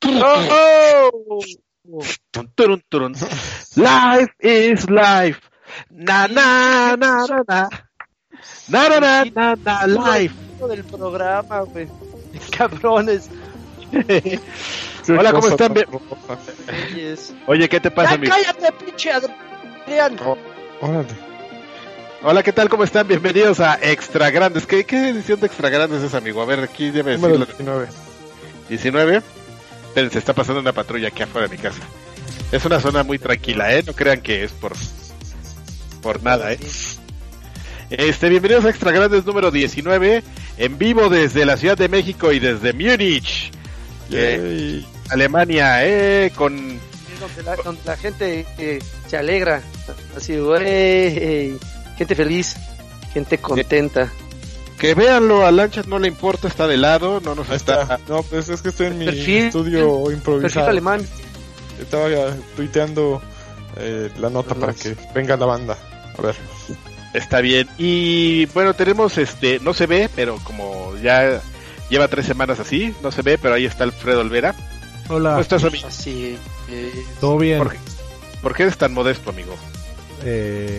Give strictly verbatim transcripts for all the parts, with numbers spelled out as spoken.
Oh, Tun, turun, turun. Life is life. Na na na na na. Na na na na na life. Del programa, güey. Cabrones. Hola, ¿cómo están? Bien? Yes. Oye, ¿qué te pasa, Ya amigo? cállate, pinche Adrián. Oh, órale. Hola, ¿qué tal? ¿Cómo están? Bienvenidos a Extra Grandes. ¿Qué, qué edición de Extra Grandes es, amigo? A ver, aquí debe Número decirlo. diecinueve. diecinueve. Esperen, se está pasando una patrulla aquí afuera de mi casa. Es una zona muy tranquila, ¿eh? No crean que es por por nada, ¿eh? Este, bienvenidos a Extra Grandes número diecinueve, en vivo desde la Ciudad de México y desde Múnich, eh, Alemania, eh, con... Donde la, donde la gente eh, se alegra, así, güey, gente feliz, gente contenta. Que véanlo, a Lanchas no le importa, está de lado, no nos Ahí está... está. No, pues es que estoy en mi Perfil, estudio Perfil improvisado. alemán. Estaba ya tuiteando eh, la nota Los para notes. que venga la banda. A ver. Está bien, y bueno, tenemos este, no se ve, pero como ya lleva tres semanas así, no se ve, pero ahí está Alfredo Olvera. Hola. ¿Cómo estás, amigo? Así, eh, ¿Todo bien? ¿Por qué, por qué eres tan modesto, amigo? Eh,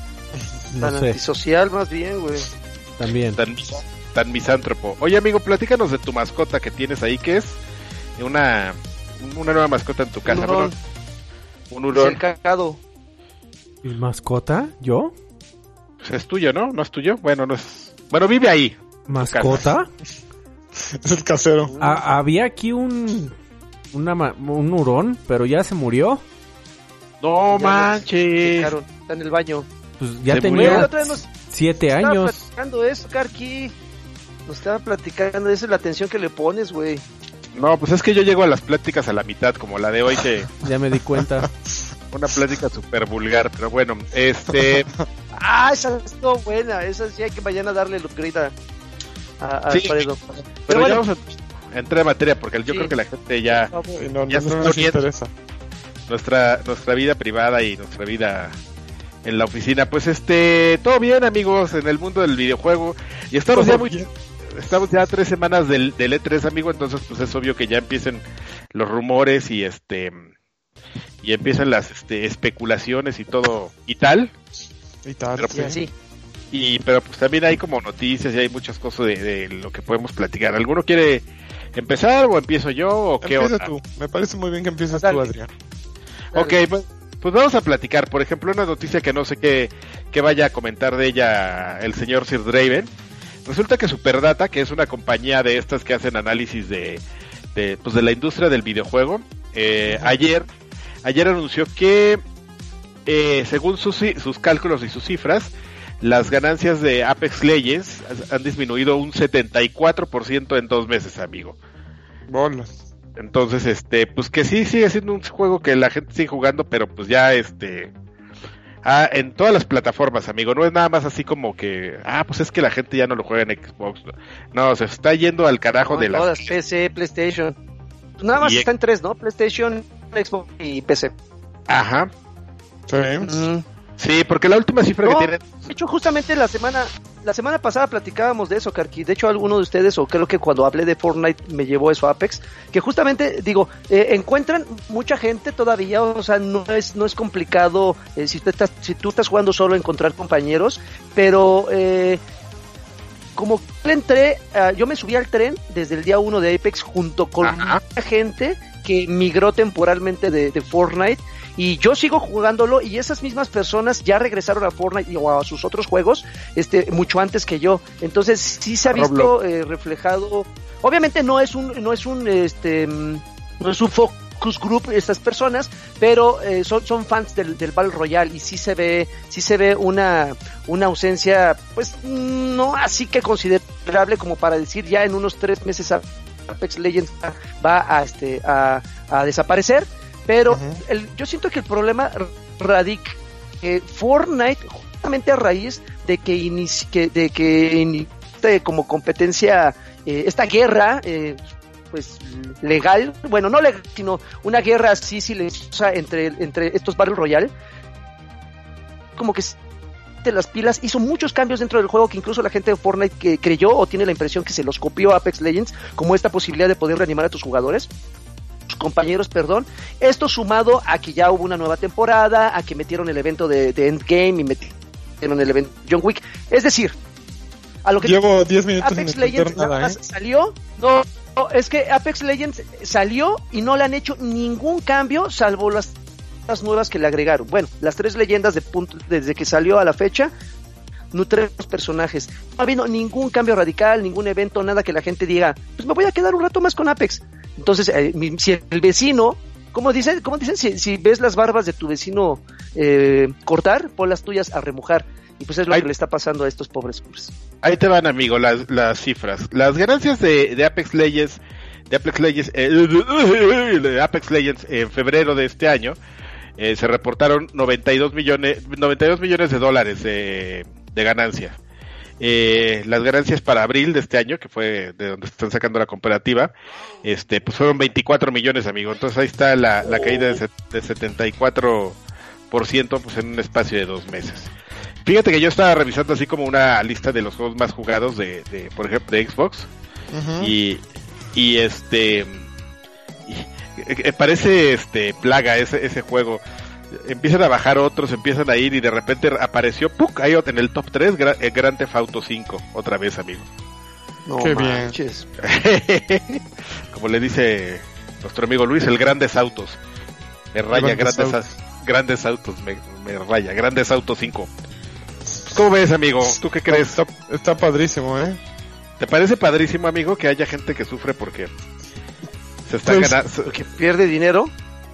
no tan sé, antisocial más bien, güey. también. Tan, tan misántropo. Oye, amigo, platícanos de tu mascota que tienes ahí, que es una, una nueva mascota en tu casa. Un hurón. Bueno, un hurón. El cacado. ¿Mi mascota? ¿Yo? Pues es tuyo, ¿no? ¿No es tuyo? Bueno, no es... Bueno, vive ahí. ¿Mascota? Es el casero. Ah, había aquí un una ma- un hurón, pero ya se murió. No Ya manches. Dejaron, está en el baño. Pues ya Se Güey, tenía el otro día nos siete estaba años. platicando eso, Karki. Nos estaba platicando, esa es la atención que le pones, güey. No, pues es que yo llego a las pláticas a la mitad, como la de hoy, que Ya me di cuenta. una plática súper vulgar, pero bueno, este... Ah, esa estuvo buena. Esa sí hay que mañana darle el upgrade a, a, a Sí, Alfredo. Pero, Pero ya bueno, vamos a entrar en materia, porque yo Sí. creo que la gente ya... Y no, Ya no, está no les viendo. interesa. Nuestra, nuestra vida privada y nuestra vida en la oficina. Pues este, todo bien, amigos, en el mundo del videojuego. Y estamos ya Todo muy... bien. Estamos ya a tres semanas del, del E tres, amigo, entonces pues es obvio que ya empiecen los rumores y este y empiezan las este, especulaciones y todo y tal. Y tal. Pero, sí, así. Y pero pues también hay como noticias y hay muchas cosas de, de lo que podemos platicar. ¿Alguno quiere empezar o empiezo yo o qué Empieza onda? tú. Me parece muy bien que empieces Dale. tú, Adrián. Ok, pues, pues vamos a platicar. Por ejemplo, una noticia que no sé qué, qué vaya a comentar de ella el señor Sir Draven. Resulta que Superdata, que es una compañía de estas que hacen análisis de, de, pues de la industria del videojuego, eh, uh-huh. ayer ayer anunció que eh, según sus, sus cálculos y sus cifras, las ganancias de Apex Legends han disminuido un setenta y cuatro por ciento en dos meses, amigo. Bolas. Entonces, este, pues que sí sigue siendo un juego que la gente sigue jugando, pero pues ya este... Ah, en todas las plataformas, amigo, no es nada más así como que, ah, pues es que la gente ya no lo juega en Xbox, no, se está yendo al carajo No, de todas, las... P C, PlayStation. Nada más y... está en tres, ¿no? PlayStation, Xbox y P C. Ajá. Sí. Mm. Sí, porque la última cifra No, que tienen... De hecho, justamente la semana la semana pasada platicábamos de eso, Karki. De hecho, alguno de ustedes, o creo que cuando hablé de Fortnite me llevó eso a Apex, que justamente, digo, eh, encuentran mucha gente todavía, o sea, no es no es complicado eh, si, tú estás, si tú estás jugando solo encontrar compañeros, pero... Eh, como le entré, uh, yo me subí al tren desde el día uno de Apex junto con Ajá. mucha gente que migró temporalmente de, de Fortnite, y yo sigo jugándolo, y esas mismas personas ya regresaron a Fortnite y, o a sus otros juegos este mucho antes que yo. Entonces sí se ha visto eh, reflejado. Obviamente no es un no es un este no es un focus group estas personas, pero eh, son son fans del, del Battle Royale, y sí se ve sí se ve una una ausencia, pues no así que considerable como para decir ya en unos tres meses Apex Legends va a este a, a desaparecer. Pero uh-huh. el, yo siento que el problema radica que Fortnite, justamente a raíz de que inicie, que, de que inicie como competencia eh, esta guerra eh, pues legal, bueno no legal, sino una guerra así silenciosa entre entre estos Battle Royale, como que de las pilas, hizo muchos cambios dentro del juego que incluso la gente de Fortnite que creyó o tiene la impresión que se los copió Apex Legends, como esta posibilidad de poder reanimar a tus jugadores. compañeros, perdón. Esto sumado a que ya hubo una nueva temporada, a que metieron el evento de, de Endgame y metieron el evento John Wick. Es decir, a lo que llevo diez minutos Apex sin Legends nada, nada ¿eh? más salió, no, no, es que Apex Legends salió y no le han hecho ningún cambio salvo las, las nuevas que le agregaron. Bueno, las tres leyendas de punto desde que salió a la fecha, nutre los personajes. No ha habido ningún cambio radical, ningún evento, nada que la gente diga, pues me voy a quedar un rato más con Apex. Entonces, eh, mi, si el vecino, ¿cómo dicen? ¿Cómo dicen? Si, si ves las barbas de tu vecino eh, cortar, pon las tuyas a remojar. Y pues es lo Ahí, que le está pasando a estos pobres hombres. Ahí te van, amigo, las, las cifras. Las ganancias de, de Apex Legends, de Apex Legends, eh, de Apex Legends en febrero de este año, eh, se reportaron noventa y dos millones, noventa y dos millones de dólares de, de ganancias. Eh, las ganancias para abril de este año, que fue de donde están sacando la comparativa, este, pues fueron veinticuatro millones, amigo. Entonces ahí está la, la caída de, de setenta y cuatro por ciento, pues en un espacio de dos meses. Fíjate que yo estaba revisando así como una lista de los juegos más jugados de, de por ejemplo, de Xbox. Uh-huh. Y, y este, y, parece este plaga ese, ese juego. Empiezan a bajar otros, empiezan a ir y de repente apareció, ¡puc! Ahí en el top tres, Gra- Grand Theft Auto cinco, otra vez, amigo. No Qué manches. Bien. Como le dice nuestro amigo Luis, el Grandes Autos. Me raya, Grandes, grandes, autos. A- grandes Autos, me, me raya, Grandes Autos cinco. ¿Cómo ves, amigo? ¿Tú qué crees? Está, está padrísimo, ¿eh? ¿Te parece padrísimo, amigo, que haya gente que sufre porque se está pues, ganando? ¿Porque pierde dinero?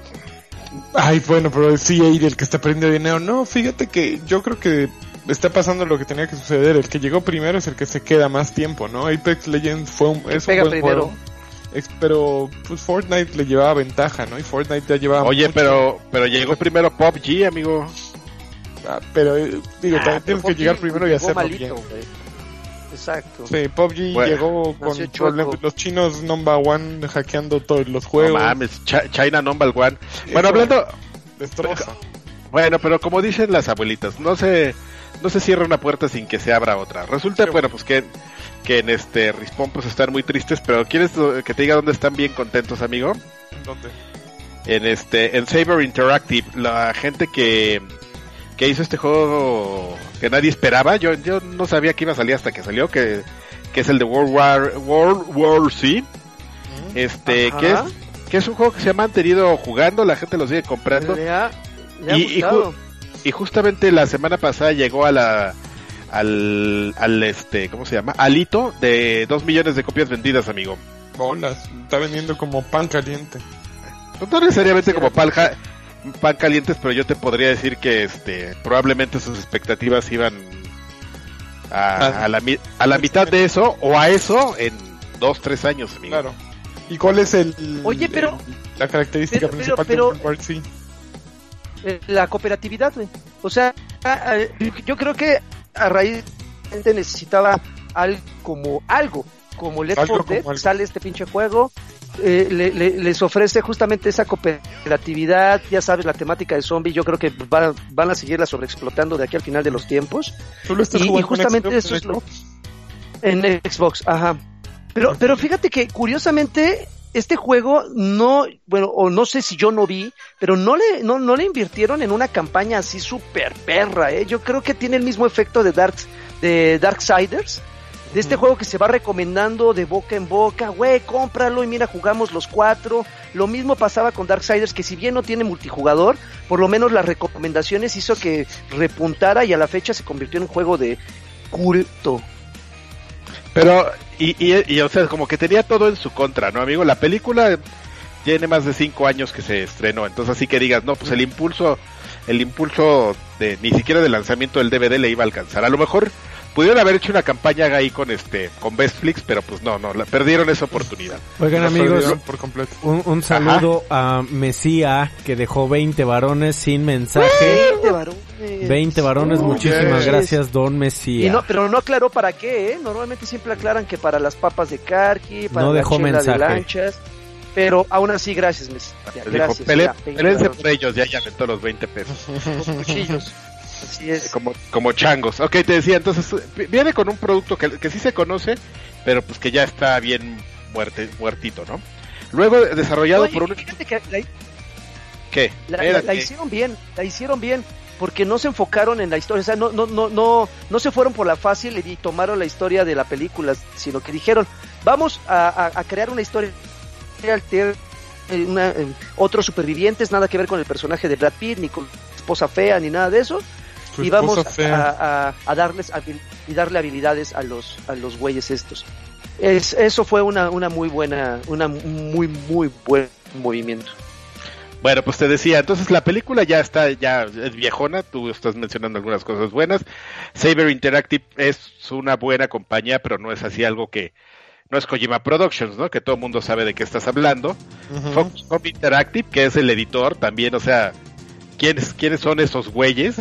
Ay, bueno, pero sí, el que está perdiendo dinero. No, fíjate que yo creo que está pasando lo que tenía que suceder. El que llegó primero es el que se queda más tiempo, ¿no? Apex Legends fue un, es un buen primero. juego. Pero pues Fortnite le llevaba ventaja, ¿no? Y Fortnite ya llevaba Oye, mucho. pero pero llegó primero P U B G, amigo. Ah, pero digo, ah, también tienes que llegar primero y hacerlo malito, bien. Wey. Exacto. Sí, P U B G bueno, llegó con problemas, los chinos number one hackeando todos los juegos. No mames, Ch- China number one. Bueno, Eso hablando destroza. Bueno, pero como dicen las abuelitas, no se no se cierra una puerta sin que se abra otra. Resulta, sí, bueno, pues que que en este Respawn pues están muy tristes, pero ¿quieres que te diga dónde están bien contentos, amigo? ¿Dónde? En este en Saber Interactive, la gente que que hizo este juego que nadie esperaba, yo yo no sabía que iba a salir hasta que salió, que que es el de World War World War C. Este, Ajá. que es que es un juego que se ha mantenido jugando, la gente lo sigue comprando. Le ha, le ha y, y, ju- y justamente la semana pasada llegó a la al al este, ¿cómo se llama? Al hito de dos millones de copias vendidas, amigo. Bolas, está vendiendo como pan caliente. No necesariamente como pan, ja- pan calientes, pero yo te podría decir que este probablemente sus expectativas iban a, a la a la mitad de eso o a eso en dos, tres años, amigo. Claro. ¿Y cuál es el Oye, pero el, la característica pero, principal pero, de World War C? La cooperatividad, güey. O sea, yo creo que a raíz de necesitaba algo como algo como Left four Dead, sale este pinche juego, eh, le, le, les ofrece justamente esa cooperatividad, ya sabes, la temática de zombie, yo creo que va, van a seguirla sobreexplotando de aquí al final de los tiempos. ¿Tú lo estás y, jugando y justamente en eso es lo en Xbox, ajá. Pero, pero fíjate que curiosamente este juego no, bueno, o no sé si yo no vi, pero no le, no, no le invirtieron en una campaña así súper perra, eh. Yo creo que tiene el mismo efecto de Dark, de Darksiders, de este mm. juego que se va recomendando de boca en boca, güey, cómpralo y mira, jugamos los cuatro. Lo mismo pasaba con Darksiders, que si bien no tiene multijugador, por lo menos las recomendaciones hizo que repuntara y a la fecha se convirtió en un juego de culto. Pero, y, y, y, o sea, como que tenía todo en su contra, ¿no, amigo? La película tiene más de cinco años que se estrenó, entonces así que digas, no, pues el impulso, el impulso de, ni siquiera del lanzamiento del D V D le iba a alcanzar. A lo mejor pudieron haber hecho una campaña ahí con este, con Bestflix, pero pues no, no, la, perdieron esa oportunidad. Oigan, amigos, por completo. Un, un saludo Ajá. a Mesía, que dejó veinte varones sin mensaje. veinte varones. veinte varones, oh, muchísimas yes. gracias, don Mesía. Y no, pero no aclaró para qué, ¿eh? Normalmente siempre aclaran que para las papas de Carqui, para no la dejó chela mensaje. de lanchas. Pero aún así, gracias, Mesía. Gracias. Dijo, pelé, pelense por ellos, ya ya aventó los veinte pesos. Con cuchillos. Así es. Como, como changos. Ok, te decía, entonces, viene con un producto que, que sí se conoce, pero pues que ya está bien muerte, muertito, ¿no? Luego desarrollado Oye, por un... fíjate que la, ¿Qué? la, la, la hicieron bien, la hicieron bien, porque no se enfocaron en la historia, o sea, no, no, no, no, no se fueron por la fácil y tomaron la historia de la película, sino que dijeron, vamos a, a, a crear una historia alterna, una, eh, otros supervivientes, nada que ver con el personaje de Brad Pitt, ni con esposa fea, ni nada de eso, Su y vamos esposa a, a, a darles habil- y darle habilidades a los a los güeyes estos. Es, eso fue una, una muy buena, una muy muy buen movimiento. Bueno, pues te decía, entonces la película ya está, ya es viejona, tú estás mencionando algunas cosas buenas. Saber Interactive es una buena compañía, pero no es así algo que, no es Kojima Productions, ¿no? Que todo el mundo sabe de qué estás hablando. Uh-huh. Fox Home Interactive, que es el editor también, o sea, ¿quiénes, quiénes son esos güeyes?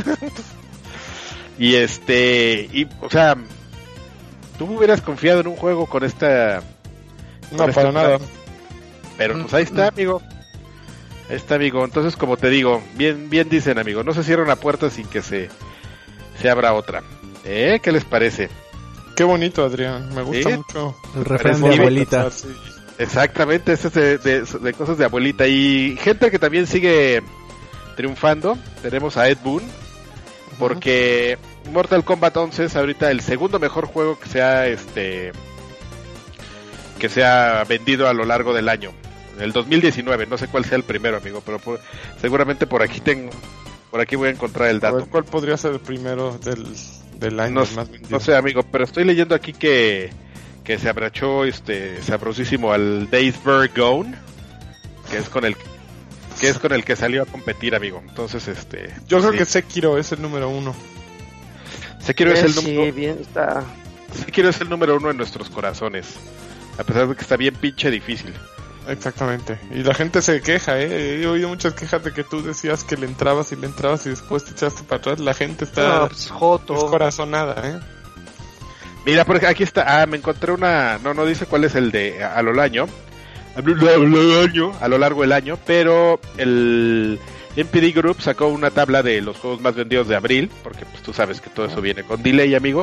y este, y, o sea, tú hubieras confiado en un juego con esta... No, con para esta nada. Pero pues ahí está, amigo. Ahí está, amigo. Entonces, como te digo, bien bien dicen, amigo, no se cierra una puerta sin que se, se abra otra. ¿Eh? ¿Qué les parece? Qué bonito, Adrián. Me gusta ¿Sí? mucho. El refrán de Parece- abuelita. Sí. Exactamente, este es de, de, de cosas de abuelita. Y gente que también sigue triunfando. Tenemos a Ed Boon, porque Mortal Kombat once es ahorita el segundo mejor juego que se ha, este, que se ha vendido a lo largo del año. El dos mil diecinueve, no sé cuál sea el primero, amigo, pero por, seguramente por aquí tengo, por aquí voy a encontrar el A dato. ver, ¿cuál podría ser el primero del, del año No, el más vendido? no sé, amigo, pero estoy leyendo aquí que, que se abrachó este sabrosísimo al Days Were Gone, que es con el que es con el que salió a competir, amigo. Entonces, este, Yo creo sí. que Sekiro es el número uno. Sekiro es el sí, número bien, está. Sekiro es el número uno en nuestros corazones, a pesar de que está bien pinche difícil. Exactamente. Y la gente se queja, ¿eh? He oído muchas quejas de que tú decías que le entrabas y le entrabas y después te echaste para atrás. La gente está No, pues, joto. descorazonada, ¿eh? Mira, por aquí está, ah, me encontré una, no, no dice cuál es el de a, a lo año, a lo año, a lo largo del año, pero el M P D Group sacó una tabla de los juegos más vendidos de abril, porque pues tú sabes que todo eso viene con delay, amigo.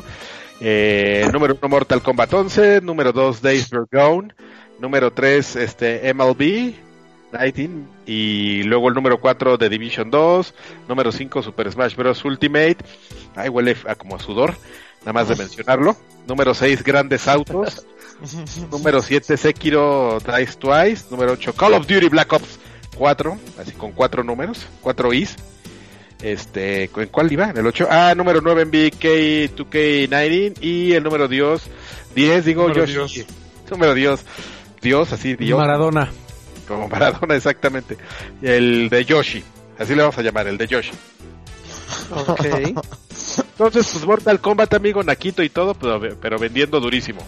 Eh, número uno Mortal Kombat once, número dos Days Were Gone, número tres este M L B diecinueve y luego el número cuatro The Division dos, número cinco Super Smash Bros Ultimate, ay huele a como a sudor, nada más de mencionarlo, número seis Grandes Autos, número siete Sekiro Dice Twice, número ocho Call of Duty Black Ops cuatro, así con cuatro números, cuatro Is. Este, ¿en cuál iba? En el ocho. Ah, número nueve N B K dos K diecinueve y el número diez, diez digo Número Yoshi. Dios. Número Dios. Dios, así Dios. Maradona. Como Maradona, exactamente. El de Yoshi. Así le vamos a llamar, el de Yoshi. Ok. Entonces, pues Mortal Kombat, amigo, naquito y todo, pero, pero vendiendo durísimo.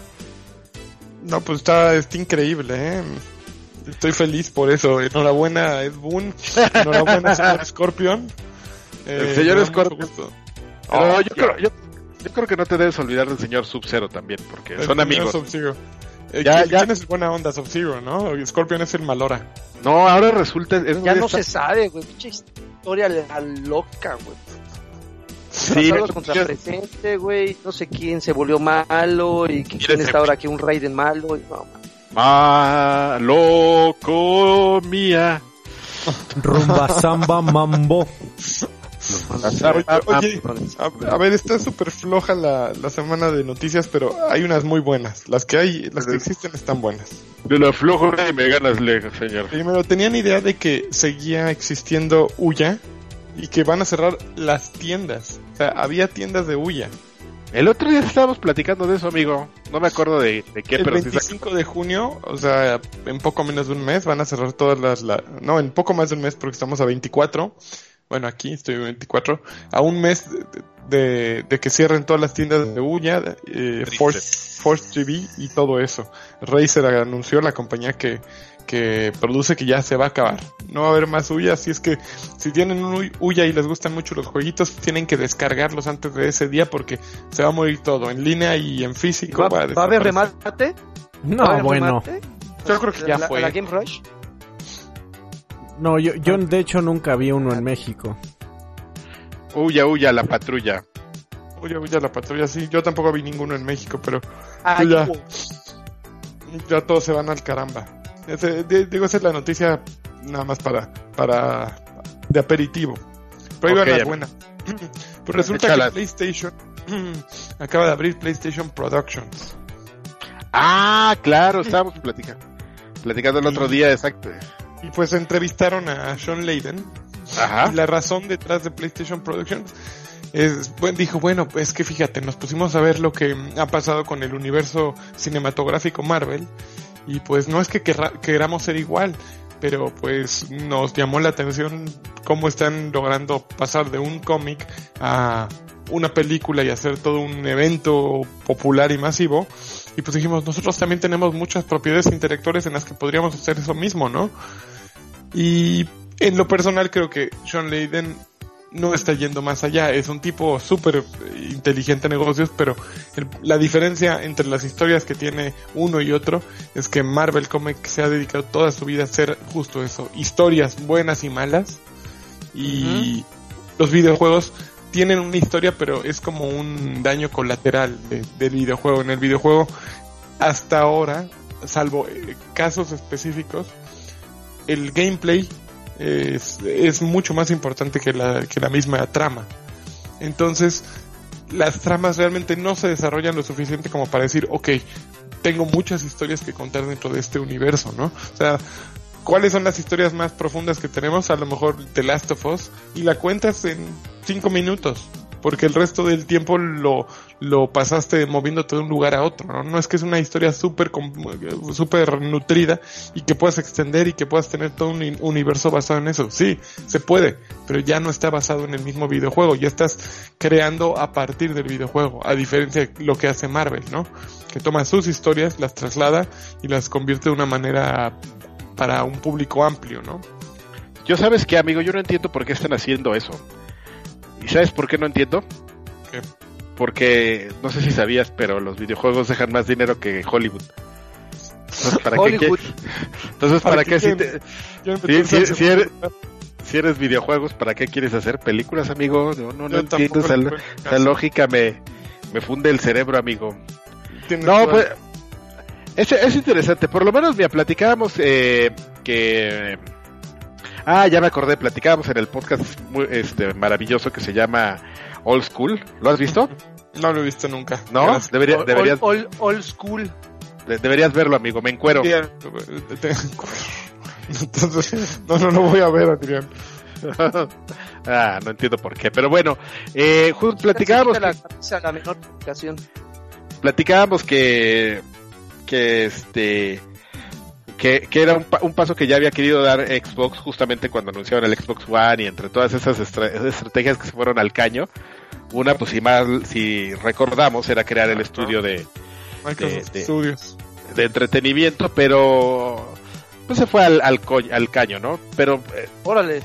No, pues está, está increíble, ¿eh? Estoy feliz por eso. Enhorabuena, Ed Boon. Enhorabuena, señor Scorpion. Eh, El señor me da Scorpion. mucho gusto. Pero Oh, yo, creo, yo, yo creo que no te debes olvidar del señor Sub-Zero también, porque el son señor amigos. Sub-Zero. Eh, Ya, ¿quién, ya. quién es el buena onda? Sub-Zero, ¿no? Scorpion es el malora. No, ahora resulta... es- Ya no está- se sabe, güey. Pinche historia la loca, güey. Sí, Pasado no, contra yo- presente, güey. No sé quién se volvió malo y que- quién ese- está ahora aquí un Raiden malo. Y no, man. Ah, loco mía. Rumba, samba, mambo. Oye, oye, a, a ver, está súper floja la, la semana de noticias, pero hay unas muy buenas. Las que hay, las que existen están buenas. De la flojo y me ganas, le- señor. Primero, tenían idea de que seguía existiendo Uya y que van a cerrar las tiendas. O sea, había tiendas de Uya. El otro día estábamos platicando de eso, amigo. No me acuerdo de, de qué, El pero sí sac- veinticinco de junio, o sea, en poco menos de un mes, van a cerrar todas las... La, no, en poco más de un mes porque estamos a veinticuatro. Bueno, aquí estoy a veinticuatro. A un mes de, de, de que cierren todas las tiendas de Uya, eh, Force, Force T V y todo eso. Razer anunció, la compañía que, que produce, que ya se va a acabar. No va a haber más Uya, así es que si tienen un Uya y les gustan mucho los jueguitos, tienen que descargarlos antes de ese día porque se va a morir todo, en línea y en físico. ¿Va, va a va a haber desaparecer. remate? ¿Va a No, haber bueno. remate? Yo creo que ya ¿La, fue. la Game Rush? No, yo, yo de hecho nunca vi uno en México. Huya, huya, la patrulla. Uya, Uya, la patrulla, sí. Yo tampoco vi ninguno en México, pero Ah, ya. hubo. ya todos se van al caramba. Ese, digo, esa es la noticia nada más para, para de aperitivo. Pero iba okay, la buena. Pues resulta Échala. que PlayStation acaba de abrir PlayStation Productions. Ah, claro, estábamos platicando, platicando el otro día, exacto. Y pues entrevistaron a Sean Layden. Ajá. Y la razón detrás de PlayStation Productions es, bueno, dijo, bueno, es que fíjate, nos pusimos a ver lo que ha pasado con el universo cinematográfico Marvel. Y pues no es que querra, queramos ser igual, pero pues nos llamó la atención cómo están logrando pasar de un cómic a una película y hacer todo un evento popular y masivo. Y pues dijimos, nosotros también tenemos muchas propiedades intelectuales en las que podríamos hacer eso mismo, ¿no? Y en lo personal creo que Sean Layden no está yendo más allá. Es un tipo súper inteligente en negocios, pero el, la diferencia entre las historias que tiene uno y otro es que Marvel Comics se ha dedicado toda su vida a hacer justo eso, historias buenas y malas. Y uh-huh. los videojuegos tienen una historia, pero es como un daño colateral de, del videojuego. En el videojuego, hasta ahora, salvo eh, casos específicos, el gameplay es, es mucho más importante que la, que la misma trama. Entonces, las tramas realmente no se desarrollan lo suficiente como para decir, ok, tengo muchas historias que contar dentro de este universo, ¿no? O sea, ¿cuáles son las historias más profundas que tenemos? A lo mejor The Last of Us, y la cuentas en cinco minutos, porque el resto del tiempo lo lo pasaste moviéndote de un lugar a otro, ¿no? No es que es una historia súper súper nutrida y que puedas extender y que puedas tener todo un universo basado en eso. Sí, se puede, pero ya no está basado en el mismo videojuego, ya estás creando a partir del videojuego, a diferencia de lo que hace Marvel, ¿no? Que toma sus historias, las traslada y las convierte de una manera para un público amplio, ¿no? Yo, ¿sabes qué, amigo? Yo no entiendo por qué están haciendo eso. ¿Y sabes por qué no entiendo? ¿Qué? Porque, no sé si sabías, pero los videojuegos dejan más dinero que Hollywood. Entonces, ¿para Hollywood. qué? Entonces, ¿para, ¿Para qué? Si, te, si, si, si, eres, si eres videojuegos, ¿para qué quieres hacer películas, amigo? No, no, no entiendo esa, esa lógica, me, me funde el cerebro, amigo. No, pues... Es, es interesante, por lo menos, mira, platicábamos eh, que... Ah, ya me acordé, platicábamos en el podcast muy, este maravilloso que se llama Old School. ¿Lo has visto? No lo he visto nunca. ¿No? Debería, old, deberías... Old, old School. De, deberías verlo, amigo, me encuero. Entonces, no, no lo voy a ver, Adrián. Ah, no entiendo por qué, pero bueno, eh, justo platicábamos que... La, la menor ocasión. Platicábamos que... que este... Que, que era un, pa- un paso que ya había querido dar Xbox justamente cuando anunciaron el Xbox One, y entre todas esas estra- estrategias que se fueron al caño, una, pues si mal, si recordamos, era crear el estudio de, de, de, de entretenimiento, pero pues se fue al, al, co- al caño, ¿no? Pero eh, órale.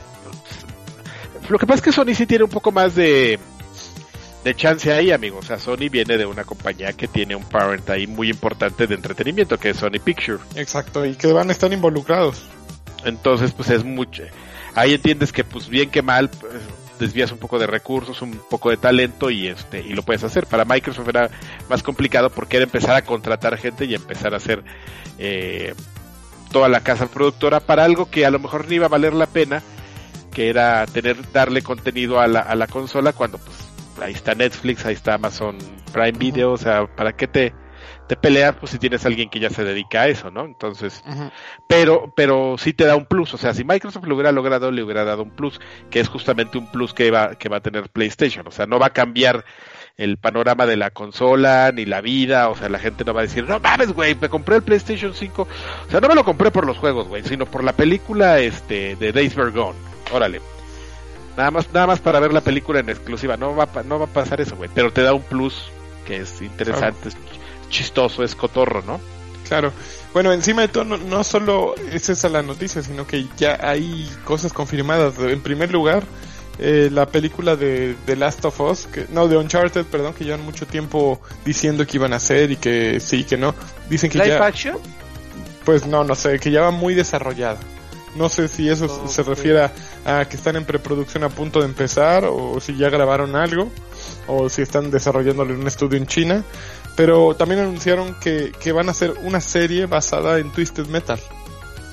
Lo que pasa es que Sony sí tiene un poco más de de chance ahí, amigos. O sea, Sony viene de una compañía que tiene un parent ahí muy importante de entretenimiento, que es Sony Picture. Exacto, y que van a estar involucrados. Entonces, pues es mucho. Ahí entiendes que, pues bien que mal, pues, desvías un poco de recursos, un poco de talento y este y lo puedes hacer. Para Microsoft era más complicado porque era empezar a contratar gente y empezar a hacer eh, toda la casa productora para algo que a lo mejor no iba a valer la pena, que era tener darle contenido a la, a la consola cuando pues ahí está Netflix, ahí está Amazon Prime Video, uh-huh. O sea, ¿para qué te, te peleas pues si tienes a alguien que ya se dedica a eso, ¿no? Entonces, uh-huh. pero pero sí te da un plus, o sea, si Microsoft lo hubiera logrado, le hubiera dado un plus, que es justamente un plus que va que va a tener PlayStation, o sea, no va a cambiar el panorama de la consola, ni la vida, o sea, la gente no va a decir, no mames, güey, me compré el PlayStation cinco, o sea, no me lo compré por los juegos, güey, sino por la película este de Days Were Gone, órale. Nada más, nada más para ver la película en exclusiva, no va, no va a pasar eso, güey, pero te da un plus que es interesante, claro. Es chistoso, es cotorro, ¿no? Claro. Bueno, encima de todo, no, no solo es esa la noticia, sino que ya hay cosas confirmadas. En primer lugar, eh, la película de The Last of Us, que, no, de Uncharted, perdón, que llevan mucho tiempo diciendo que iban a hacer y que sí, que no. Dicen que ¿Live ya... action? Pues no, no sé, que ya va muy desarrollada. No sé si eso okay. se refiere a, a que están en preproducción a punto de empezar, o si ya grabaron algo, o si están desarrollándolo en un estudio en China. Pero también anunciaron que, que van a hacer una serie basada en Twisted Metal.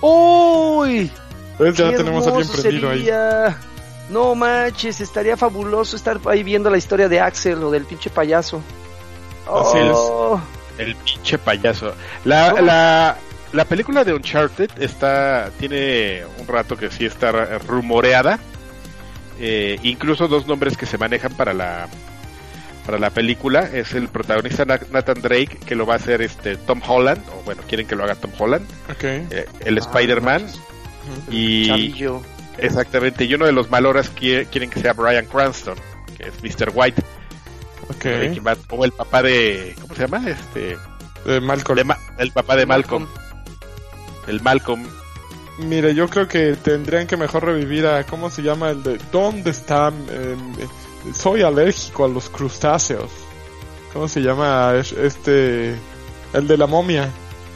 ¡Uy! Pues ya ¡Qué tenemos a alguien hermoso prendido ahí. sería! No manches, estaría fabuloso estar ahí viendo la historia de Axel o del pinche payaso. Así Oh. El pinche payaso. La, Oh. la, la película de Uncharted está tiene un rato que sí está ra- rumoreada. Eh, incluso dos nombres que se manejan para la para la película es el protagonista Na- Nathan Drake, que lo va a hacer este Tom Holland, o bueno, quieren que lo haga Tom Holland, Ok. eh, el Ah, Spider-Man, y Chavillo. exactamente, y uno de los maloras quiere- quieren que sea Bryan Cranston, que es mister White, Ok. Breaking Bad, o el papá de, ¿cómo se llama? Este, Eh, Malcolm. de Ma- el papá de Malcolm, el Malcolm. Mira, yo creo que tendrían que mejor revivir a, ¿cómo se llama? El de, ¿dónde está? Eh, eh, soy alérgico a los crustáceos. ¿Cómo se llama Es- este? El de la momia.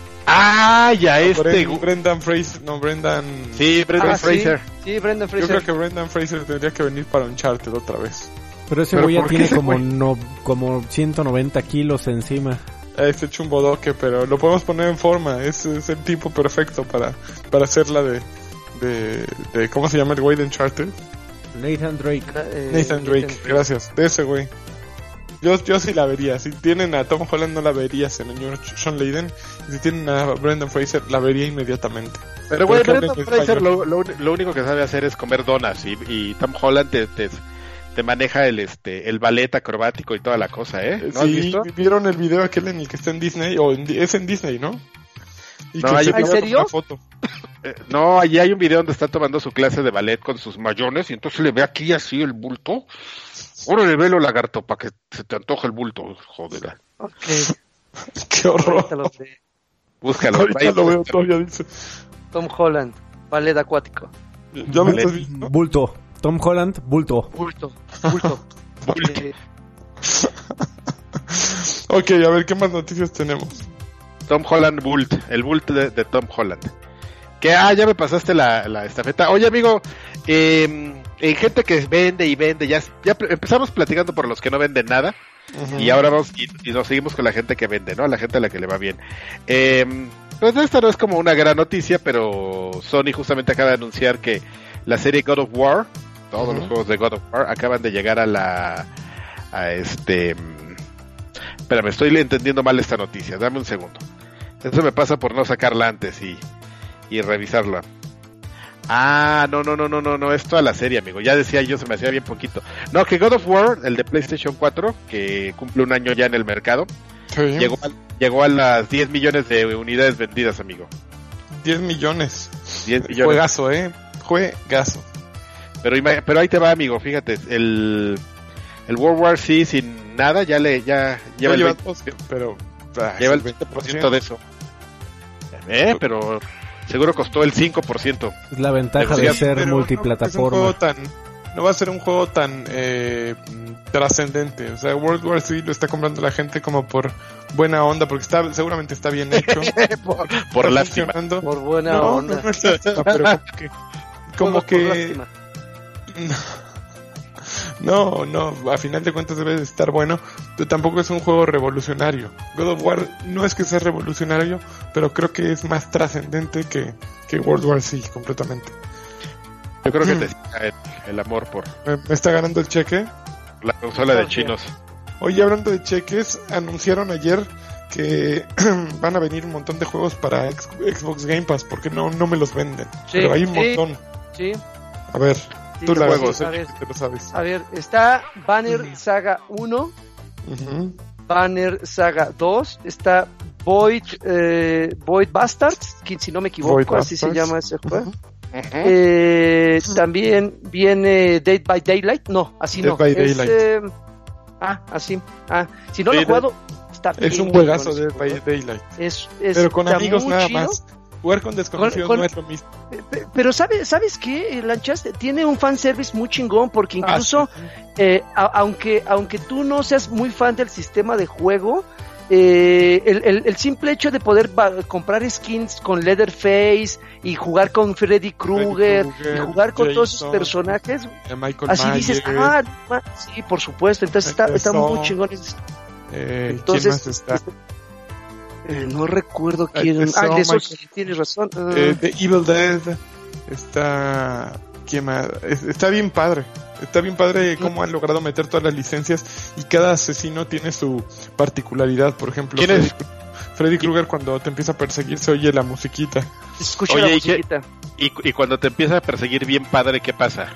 Ah, ya este, Bren- Brendan Fraser, no, Brendan... sí, Brendan Ah, Fraser. Sí, sí, Brendan Yo Fraser. creo que Brendan Fraser tendría que venir para Uncharted otra vez. Pero ese Pero güey ya ¿por qué tiene ese como, güey? no, como ciento noventa kilos encima. Este chumbodoque, pero lo podemos poner en forma. Es, es el tipo perfecto para, para hacerla de, de, de... ¿Cómo se llama el güey de Uncharted? Nathan Drake. Eh, Nathan Drake, gracias. De ese güey. Yo, yo sí la vería. Si tienen a Tom Holland no la vería, señor Sean Layden. Y si tienen a Brendan Fraser la vería inmediatamente. Pero güey, Pero que Brendan hablen Fraser lo, español. lo, lo único que sabe hacer es comer donas, y, y Tom Holland te, te, te maneja el este el ballet acrobático y toda la cosa, ¿eh? ¿No has Sí, visto? ¿vieron el video aquel en el que está en Disney? O en Di- es en Disney, ¿no? Y No, que hay- se ¿en toma serio? una foto. Eh, no, allí hay un video donde está tomando su clase de ballet con sus mayones y entonces le ve aquí así el bulto. Órale, velo, lagarto, para que se te antoje el bulto, joder. Ok, Qué horror. ahorita lo ve. Búscalo. Ahorita ahí lo veo está. todavía, dice. Tom Holland, ballet acuático. ¿Ya lo Vale. estás viendo? Bulto. Tom Holland, bulto. Bulto, bulto. Eh, Ok, a ver, ¿qué más noticias tenemos? Tom Holland Bult, el Bult de, de Tom Holland. Que, ah, ya me pasaste la, la estafeta. Oye, amigo, eh, hay gente que vende y vende, ya, ya pl- empezamos platicando por los que no venden nada, Ujú. y ahora vamos y, y nos seguimos con la gente que vende, ¿no? La gente a la que le va bien. Eh, pues esta no es como una gran noticia, pero Sony justamente acaba de anunciar que la serie God of War, todos Ujú. los juegos de God of War, acaban de llegar a la... a este... mm, Espérame, estoy entendiendo mal esta noticia, dame un segundo. Eso me pasa por no sacarla antes y, y revisarla. Ah, no, no, no, no, no, no, es toda la serie, amigo. Ya decía yo, se me hacía bien poquito. No, que God of War, el de PlayStation cuatro, que cumple un año ya en el mercado, Sí. llegó, a, llegó a las diez millones de unidades vendidas, amigo. diez millones. diez millones. Juegazo, eh. Juegazo. Pero, ima- pero ahí te va, amigo, fíjate, el, el World War C sin nada, ya le, ya lleva No el lleva veinte dos, pero... ah, lleva el es veinte por ciento de eso. Eh, pero seguro costó el cinco por ciento. Es la ventaja Pero de sí, ser pero multiplataforma. No, es un juego tan, no va a ser un juego tan eh, trascendente. O sea, World War C lo está comprando la gente como por buena onda, porque está seguramente está bien hecho. por por Está lástima. funcionando. por buena No, onda. no, no es lástima, pero como que... Como Juego por que lástima. no, no, a final de cuentas debe de estar bueno, pero tampoco es un juego revolucionario. God of War no es que sea revolucionario, pero creo que es más trascendente que, que World War C completamente. Yo creo que Mm. te ciega el, el amor por ¿Me, me está ganando el cheque? la consola de Ok. chinos. Oye, hablando de cheques, anunciaron ayer que van a venir un montón de juegos para X- Xbox Game Pass, porque no, no me los venden. Sí, pero hay un sí. montón. Sí, A ver, sí, tú sí, la sí, juegos, a eh, ver, que te lo sabes. a ver, está Banner Mm. Saga uno, Ujú. Banner Saga dos, está Void, eh, Void Bastards, que si no me equivoco, Void así se Bastards. llama ese juego. Ujú. Eh, también viene Dead by Daylight, no, así Dead no. by es, Daylight. eh, ah, así. Ah, si no Sí, lo he jugado, está Es bien un juegazo chingón de ese By juego. Daylight. Es, es, Pero con está amigos muy nada chido. más. Jugar con desconocidos Con- con- no es lo mismo. Pe- Pero ¿sabes, ¿sabes qué? Lanchas tiene un fanservice muy chingón porque Ah, incluso, sí. eh, a- aunque, aunque tú no seas muy fan del sistema de juego, eh, el, el, el simple hecho de poder va- comprar skins con Leatherface y jugar con Freddy Krueger Krueger, y jugar con todos esos Jason, personajes, de Michael así dices, Myers, ah, ma- sí, por supuesto, entonces está, está muy Eso. chingón. eh, Entonces, ¿quién más está? Eh, no recuerdo quién. Está Ah, de eso Michael- sí tienes razón. Ah, Eh, The Evil Dead. Está. ¿Quién más? Es- Está bien padre. Está bien padre cómo han logrado meter todas las licencias y cada asesino tiene su particularidad. Por ejemplo, ¿Quién Freddy, es? Freddy Krueger, cuando te empieza a perseguir se oye la musiquita. escucha Oye, la ¿y qué? musiquita. Y, y cuando te empieza a perseguir bien padre, ¿qué pasa?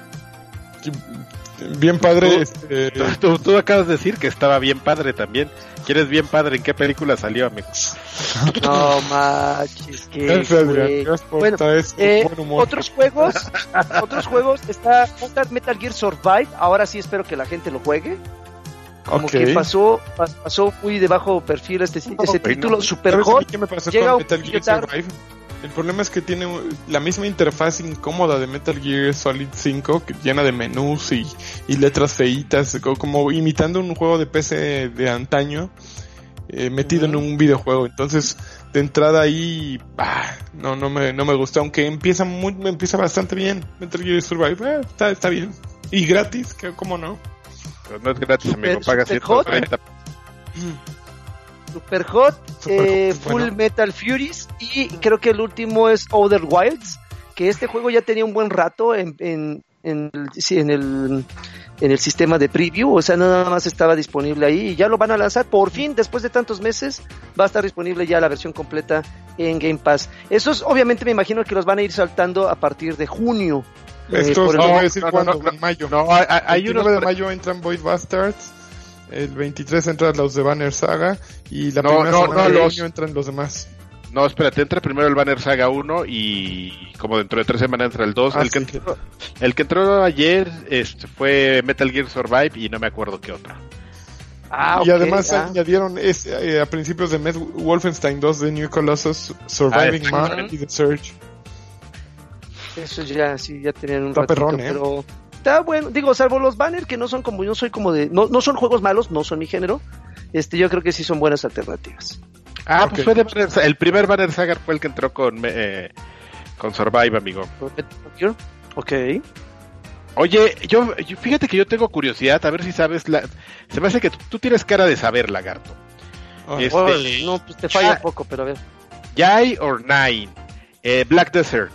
Bien padre. Tú- Este, Tú, tú acabas de decir que estaba bien padre también. ¿Quieres bien padre? ¿En qué película salió, amigo? No manches, que Gracias, Adrián. güey. Gracias por Bueno, traer tu Eh, buen humor. otros juegos, otros juegos, está está Metal Gear Survive, ahora sí espero que la gente lo juegue. Como Ok. que pasó, pas- pasó muy de bajo perfil este, ese güey, título no. super ¿Sabes a mí hot. qué me pasó llega con un Metal poquillo Gear tarde. Survive? El problema es que tiene la misma interfaz incómoda de Metal Gear Solid cinco, que llena de menús y, y letras feitas, co- como imitando un juego de P C de antaño, eh, metido en un videojuego. Entonces, de entrada ahí, bah, no, no me, no me gustó, aunque empieza muy, me empieza bastante bien. Metal Gear Survive, eh, está, está bien. Y gratis, que cómo no. Pero no es gratis, Super- amigo. Paga super ciento treinta. Super Hot, Super eh, Hot, Full bueno. Metal Furies y creo que el último es Outer Wilds, que este juego ya tenía un buen rato en, en, en, el, sí, en, el, en el sistema de preview, o sea, nada más estaba disponible ahí y ya lo van a lanzar por fin, después de tantos meses, va a estar disponible ya la versión completa en Game Pass. Esos obviamente me imagino que los van a ir saltando a partir de junio. eh, Esto por no el- voy a decir no, no, cuándo, no, no. en mayo. No, hay, hay- hay el unos... nueve de mayo entran Void Bastards, el veintitrés entran los de Banner Saga y la No, primera no, semana no, de los- junio entran los demás. No, espérate, entra primero el Banner Saga uno y como dentro de tres semanas entra el dos. Ah, el, que sí. entró, el que entró ayer este, fue Metal Gear Survive y no me acuerdo qué otro. Ah, Y ok, además ah. añadieron es, eh, a principios de mes Wolfenstein dos de New Colossus, Surviving Ah, Man exacto. y The Surge. Eso ya, sí, ya tenían un Está ratito, perrón, ¿eh? pero está bueno, digo, salvo los banners que no son como, yo soy como de, no, no son juegos malos, no son mi género, este, yo creo que sí son buenas alternativas. Ah, Ok. pues fue de Banner Saga. El primer Banner Saga fue el que entró con, eh, con Survive, amigo. Ok. Oye, yo, yo- fíjate que yo tengo curiosidad, a ver si sabes, la, se me hace que tú, tú tienes cara de saber, lagarto. Ah, Este- Órale, no, pues te falla ya- un poco, pero a ver. Yay or Nine, eh, Black Desert.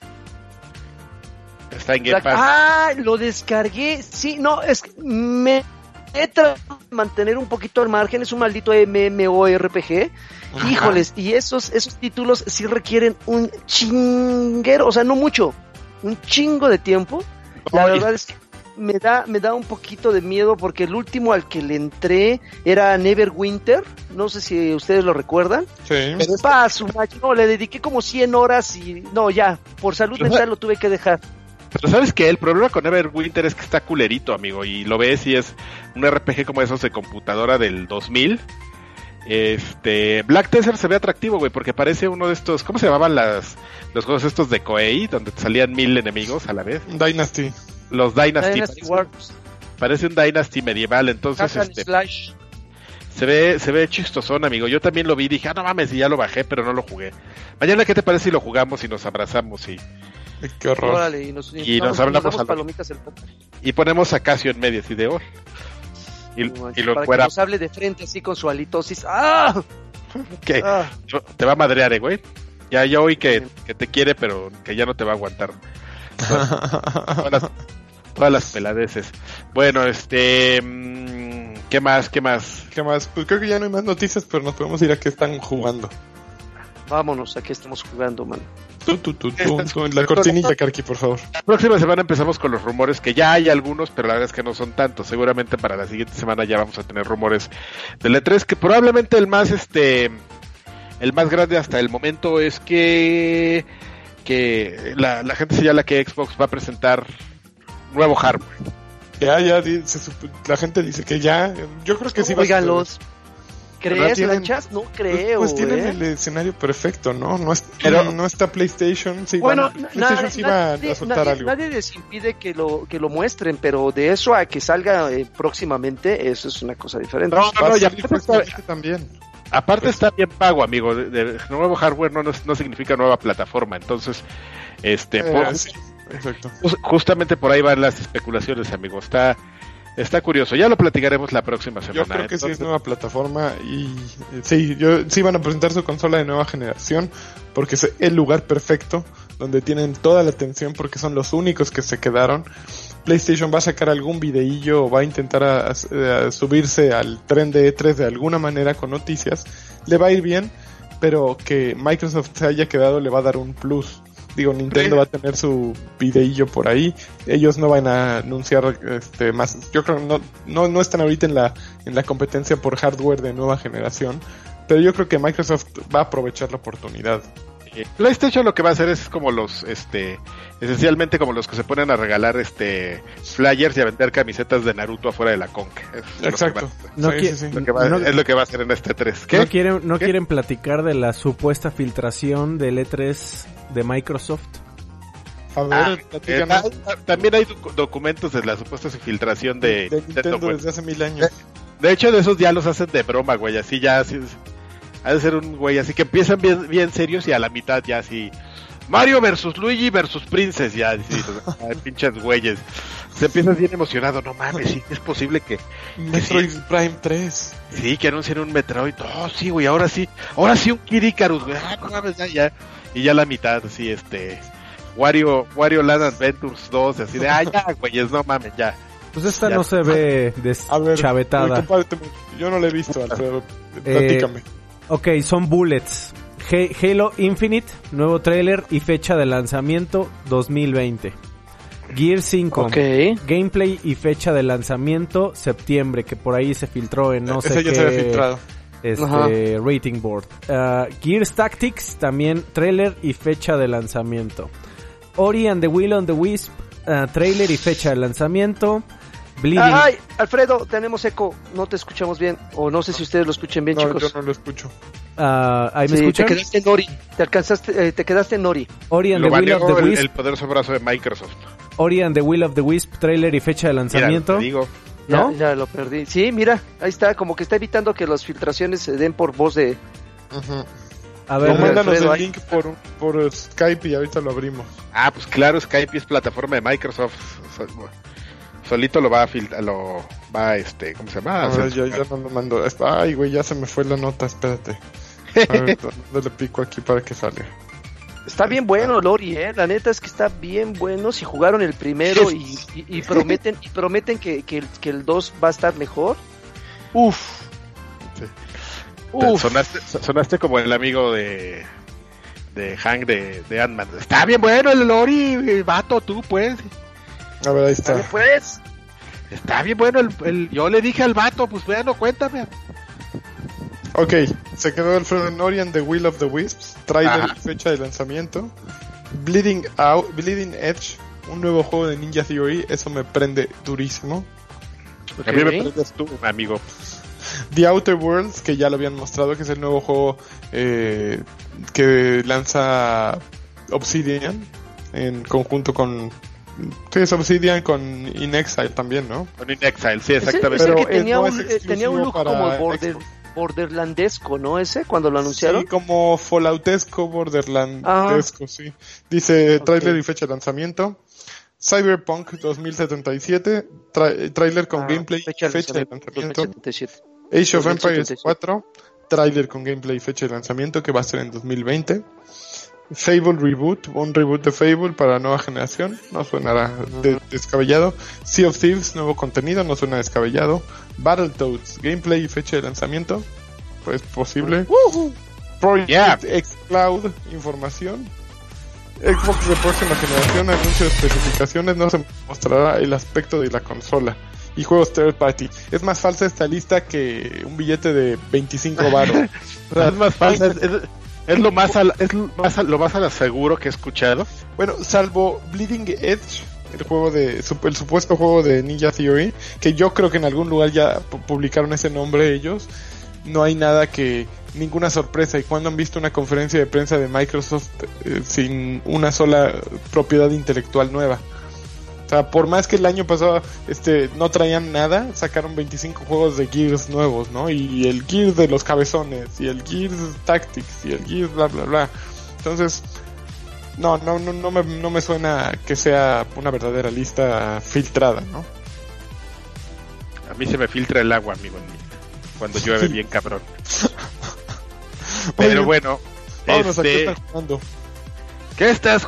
Está en Game Black- Pass. Ah, lo descargué, sí, no, es que me he tratado de mantener un poquito al margen, es un maldito MMORPG. Ajá. Híjoles, y esos, esos títulos sí requieren un chinguero, o sea, no mucho, un chingo de tiempo. La Oye. verdad es que me da, me da un poquito de miedo porque el último al que le entré era Neverwinter, no sé si ustedes lo recuerdan. Sí. Paso, macho, no, le dediqué como cien horas y no, ya, por salud Pero- mental lo tuve que dejar. Pero ¿sabes qué? El problema con Neverwinter es que está culerito, amigo, y lo ves y es un R P G como esos de computadora del dos mil. Este, Black Desert se ve atractivo, güey, porque parece uno de estos, ¿cómo se llamaban las los juegos estos de Koei, donde te salían mil enemigos a la vez? Dynasty. Los Dynasty. Dynasty parece, Warriors, parece un Dynasty medieval, entonces Hack and este, Slash. se ve se ve chistosón, amigo. Yo también lo vi y dije, ah, no mames, y ya lo bajé, pero no lo jugué. Mañana, ¿qué te parece si lo jugamos y nos abrazamos y, Ay, qué horror. Órale, y nos, Y nos hablamos damos al- palomitas el poco. y ponemos a Casio en medio así de hoy? Y, No, y lo para que fuera nos hable de frente así con su halitosis. ¡Ah! que Ah. te va a madrear, eh, güey. Ya yo oí que, que te quiere, pero que ya no te va a aguantar. Todas las, todas las peladeces. Bueno, este... mm, ¿qué más? ¿Qué más? ¿Qué más? Pues creo que ya no hay más noticias, pero nos podemos ir a qué están jugando. Vámonos, aquí estamos jugando, man. Tú, tú, tú, tú, tú, la cortinilla, Karki, por favor. La próxima semana empezamos con los rumores, que ya hay algunos, pero la verdad es que no son tantos. Seguramente para la siguiente semana ya vamos a tener rumores del E tres, que probablemente el más, este... el más grande hasta el momento es que... que la, la gente señala que Xbox va a presentar nuevo hardware. Ya, ya, di- se sup- la gente dice que ya. Yo creo que sí va a Oigan, suceder. los... ¿Verdad? ¿Crees, Tienen- Lanchas? No Pues, creo, pues tienen ¿eh? el escenario perfecto, ¿no? No, es, Pero- no está PlayStation. Sí, Bueno, van- na- PlayStation nadie, sí va a- nadie- a soltar nadie- algo. nadie les impide que lo, que lo muestren, pero de eso a que salga eh, próximamente, eso es una cosa diferente. No, Va no, a ya salir próximamente también. Aparte está bien pago, amigo. De, de- nuevo hardware no, no, no significa nueva plataforma. Entonces, este, Eh, por- sí, exacto. jus- justamente por ahí van las especulaciones, amigo. Está, Está curioso, ya lo platicaremos la próxima semana. Yo creo que Entonces... sí es nueva plataforma y sí, yo, sí van a presentar su consola de nueva generación porque es el lugar perfecto donde tienen toda la atención porque son los únicos que se quedaron. PlayStation va a sacar algún videillo o va a intentar a, a, a subirse al tren de E tres de alguna manera con noticias. Le va a ir bien, pero que Microsoft se haya quedado le va a dar un plus. Digo, Nintendo va a tener su videillo por ahí. Ellos no van a anunciar este más. Yo creo que no, no, no están ahorita en la, en la competencia por hardware de nueva generación. Pero yo creo que Microsoft va a aprovechar la oportunidad. PlayStation lo que va a hacer es como los, este, esencialmente como los que se ponen a regalar, este, flyers y a vender camisetas de Naruto afuera de la Conca. Es Exacto. Lo que va, No sí, sí, sí. Lo que va, no, es lo que va a hacer en este E tres. ¿Qué? ¿No quieren, no ¿Qué? quieren platicar de la supuesta filtración del E tres de Microsoft? A ver, Ah, eh, ta- también hay doc- documentos de la supuesta filtración de, de Nintendo pues. desde hace mil años. De hecho, de esos ya los hacen de broma, güey, así ya, así, ha de ser un güey, así que empiezan bien, bien serios y a la mitad ya así, Mario versus Luigi versus Princess, ya, así, ay, pinches güeyes, se empiezan bien emocionado, no mames, sí, es posible que, Metroid sí. Prime tres. sí, que anuncien un Metroid, oh, sí, güey, ahora sí, ahora sí un Kid Icarus, güey, ah, no mames, ya, ya, y ya la mitad, así, este, Wario, Wario Land Adventures dos, así de, ah, ya, güeyes, no mames, ya. Pues esta Ya. no se ve A ver, deschavetada. oye, compadre, te- yo no la he visto, Alfredo. Platícame. Ok, son bullets. Ha- Halo Infinite, nuevo trailer y fecha de lanzamiento dos mil veinte. Gear cinco, Ok. gameplay y fecha de lanzamiento septiembre, que por ahí se filtró en no Ese sé ya qué se había filtrado. este, Ajá. rating board. Uh, Gears Tactics, también trailer y fecha de lanzamiento. Ori and the Will of the Wisp, uh, trailer y fecha de lanzamiento. Bleeding. Ay, Alfredo, tenemos eco, no te escuchamos bien, o no sé si ustedes lo escuchen bien, No, chicos. yo no lo escucho. Uh, ¿Ahí me Sí, escuchan? te quedaste en Ori, te alcanzaste, eh, te quedaste en Ori. Ori and Lo the Will of baneó the el, Wisp. el poderoso brazo de Microsoft. Ori and the Will of the Wisp, trailer y fecha de Mira, lanzamiento. te digo, Ya, ¿No? ya lo perdí. Sí, mira, ahí está, como que está evitando que las filtraciones se den por voz de... Ajá. A No, ver, Alfredo, mándanos el ahí. link por, por Skype y ahorita lo abrimos. ah, pues claro, Skype es plataforma de Microsoft. So- Solito lo va a filtrar, lo va, este, ¿cómo se llama? A A ver, ya, censurar. ya no lo mando. Ay, güey, ya se me fue la nota, espérate. A ver, ¿dónde le pico aquí para que salga? Está bien bueno Lori, eh, la neta es que está bien bueno, si jugaron el primero y, y, y prometen y prometen que, que, el, que el dos va a estar mejor. Uf. Sí. Uf. Sonaste, sonaste como el amigo de de Hank de, de Ant-Man. Está bien bueno el Lori, el vato, tú pues. A ver, ahí Dale, está. pues. Está bien bueno el, el yo le dije al vato, pues bueno, cuéntame. Ok, se quedó Alfredo en Ori and the Will of the Wisps. Trailer Ajá. y fecha de lanzamiento. Bleeding Out, Bleeding Edge, un nuevo juego de Ninja Theory. Eso me prende durísimo. A mí me Ok. prendes tú, amigo. The Outer Worlds, que ya lo habían mostrado, que es el nuevo juego eh, que lanza Obsidian en conjunto con... Sí, es Obsidian con In Exile también, ¿no? Con In Exile, sí, Ese- exactamente. ese Pero que es- tenía, no un, es eh, tenía un exclusivo look para como border, Xbox. borderlandesco, ¿no? Ese, cuando lo anunciaron. Sí, como Falloutesco, Borderlandesco, sí. Dice Ok. trailer y fecha de lanzamiento. Cyberpunk dos mil setenta y siete, tra- trailer con Ah, gameplay y fecha de fecha de lanzamiento, lanzamiento. dos mil setenta y siete. Age of dos mil Empires setenta y siete. cuatro, trailer con gameplay y fecha de lanzamiento que va a ser en dos mil veinte. Fable Reboot, un reboot de Fable para nueva generación, no suenará de- descabellado. Sea of Thieves, nuevo contenido, no suena descabellado. Battletoads, gameplay y fecha de lanzamiento, pues posible. Project Yeah. X Cloud, información. Xbox de próxima generación, anuncio de especificaciones, no se mostrará el aspecto de la consola. Y juegos third party. Es más falsa esta lista que un billete de veinticinco baros. O sea, es más falsa, es, es- es lo más al, es lo más al, lo más a la seguro que he escuchado. Bueno, salvo Bleeding Edge, el juego de el supuesto juego de Ninja Theory, que yo creo que en algún lugar ya pu- publicaron ese nombre ellos, no hay nada que ninguna sorpresa. Y cuando han visto una conferencia de prensa de Microsoft eh, sin una sola propiedad intelectual nueva. O sea, por más que el año pasado este no traían nada, sacaron veinticinco juegos de Gears nuevos, ¿no? Y el Gears de los cabezones, y el Gears Tactics, y el Gears bla bla bla. Entonces, no, no, no, no me, no me suena que sea una verdadera lista filtrada, ¿no? mí se me filtra el agua, amigo, cuando llueve bien cabrón. Pero bueno, vámonos, este... ¿a qué estás jugando? ¿Qué estás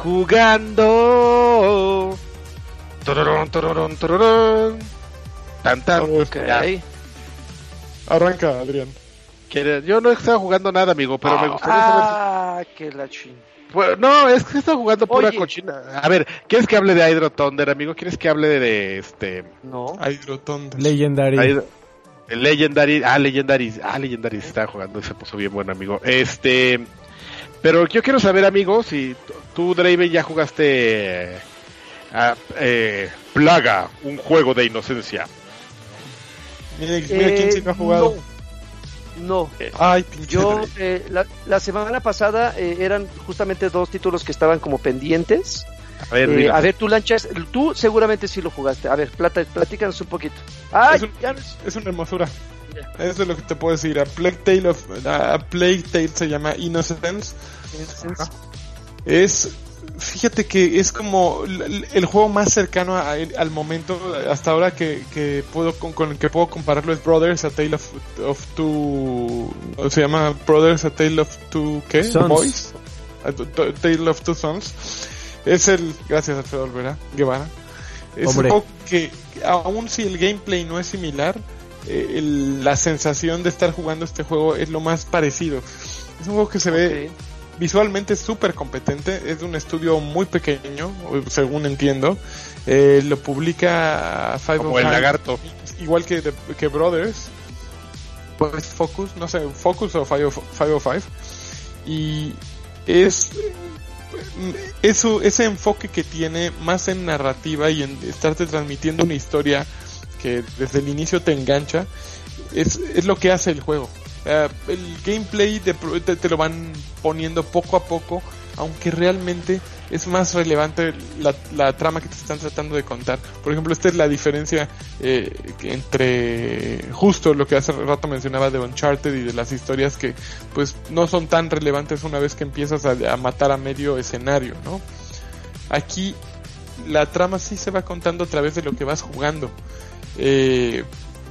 jugando? Tororón, tororón, tororón. Tan, tan. Okay. Arranca, Adrián. Yo no he estado jugando nada, amigo, pero ah, me gustaría saber. Ah, si... que la ching. Pues, no, es que he estado jugando pura Oye. cochina. A ver, ¿quieres que hable de Hydro Thunder, amigo? ¿Quieres que hable de, de este. No. Hydro Thunder. Legendary. Hydro... El Legendary. Ah, Legendary. Ah, Legendary está jugando y se puso bien bueno, amigo. Este. Pero yo quiero saber, amigo, si tú, Draven, ya jugaste. A, eh, Plaga, un juego de inocencia. Mira, mira eh, quién sí lo ha jugado. No. no. Ay, pinche. Yo, eh, la, la semana pasada eh, eran justamente dos títulos que estaban como pendientes. A ver, eh, a ver, tú, Lanchas, tú seguramente sí lo jugaste. A ver, plata, platícanos un poquito. ¡Ay! Es, un, es una hermosura. Mira. Eso es lo que te puedo decir. A Plague Tale of a Plague Tale se llama Innocence. Innocence. Es, fíjate que es como el, el juego más cercano a, al momento hasta ahora que, que puedo con, con el que puedo compararlo es Brothers, A Tale of, of Two. Se llama Brothers, A Tale of Two ¿qué? Sons. Boys. A Tale of Two Sons. Es el, gracias Alfredo Olvera, Guevara. Es Hombre. un juego que, aun si el gameplay no es similar, eh, el, la sensación de estar jugando este juego es lo más parecido. Es un juego que se okay. ve visualmente súper competente, es de un estudio muy pequeño, según entiendo. Eh, lo publica Five Como el lagarto. Igual que, de, que Brothers, pues Focus, no sé, Focus o Five oh Five. Y es... Eso, ese enfoque que tiene más en narrativa y en estarte transmitiendo una historia que desde el inicio te engancha, es, es lo que hace el juego. Uh, el gameplay de, te, te lo van poniendo poco a poco, aunque realmente es más relevante la, la trama que te están tratando de contar. Por ejemplo, esta es la diferencia eh, entre justo lo que hace rato mencionaba de Uncharted y de las historias que pues no son tan relevantes una vez que empiezas a, a matar a medio escenario, ¿no? Aquí la trama sí se va contando a través de lo que vas jugando. Eh,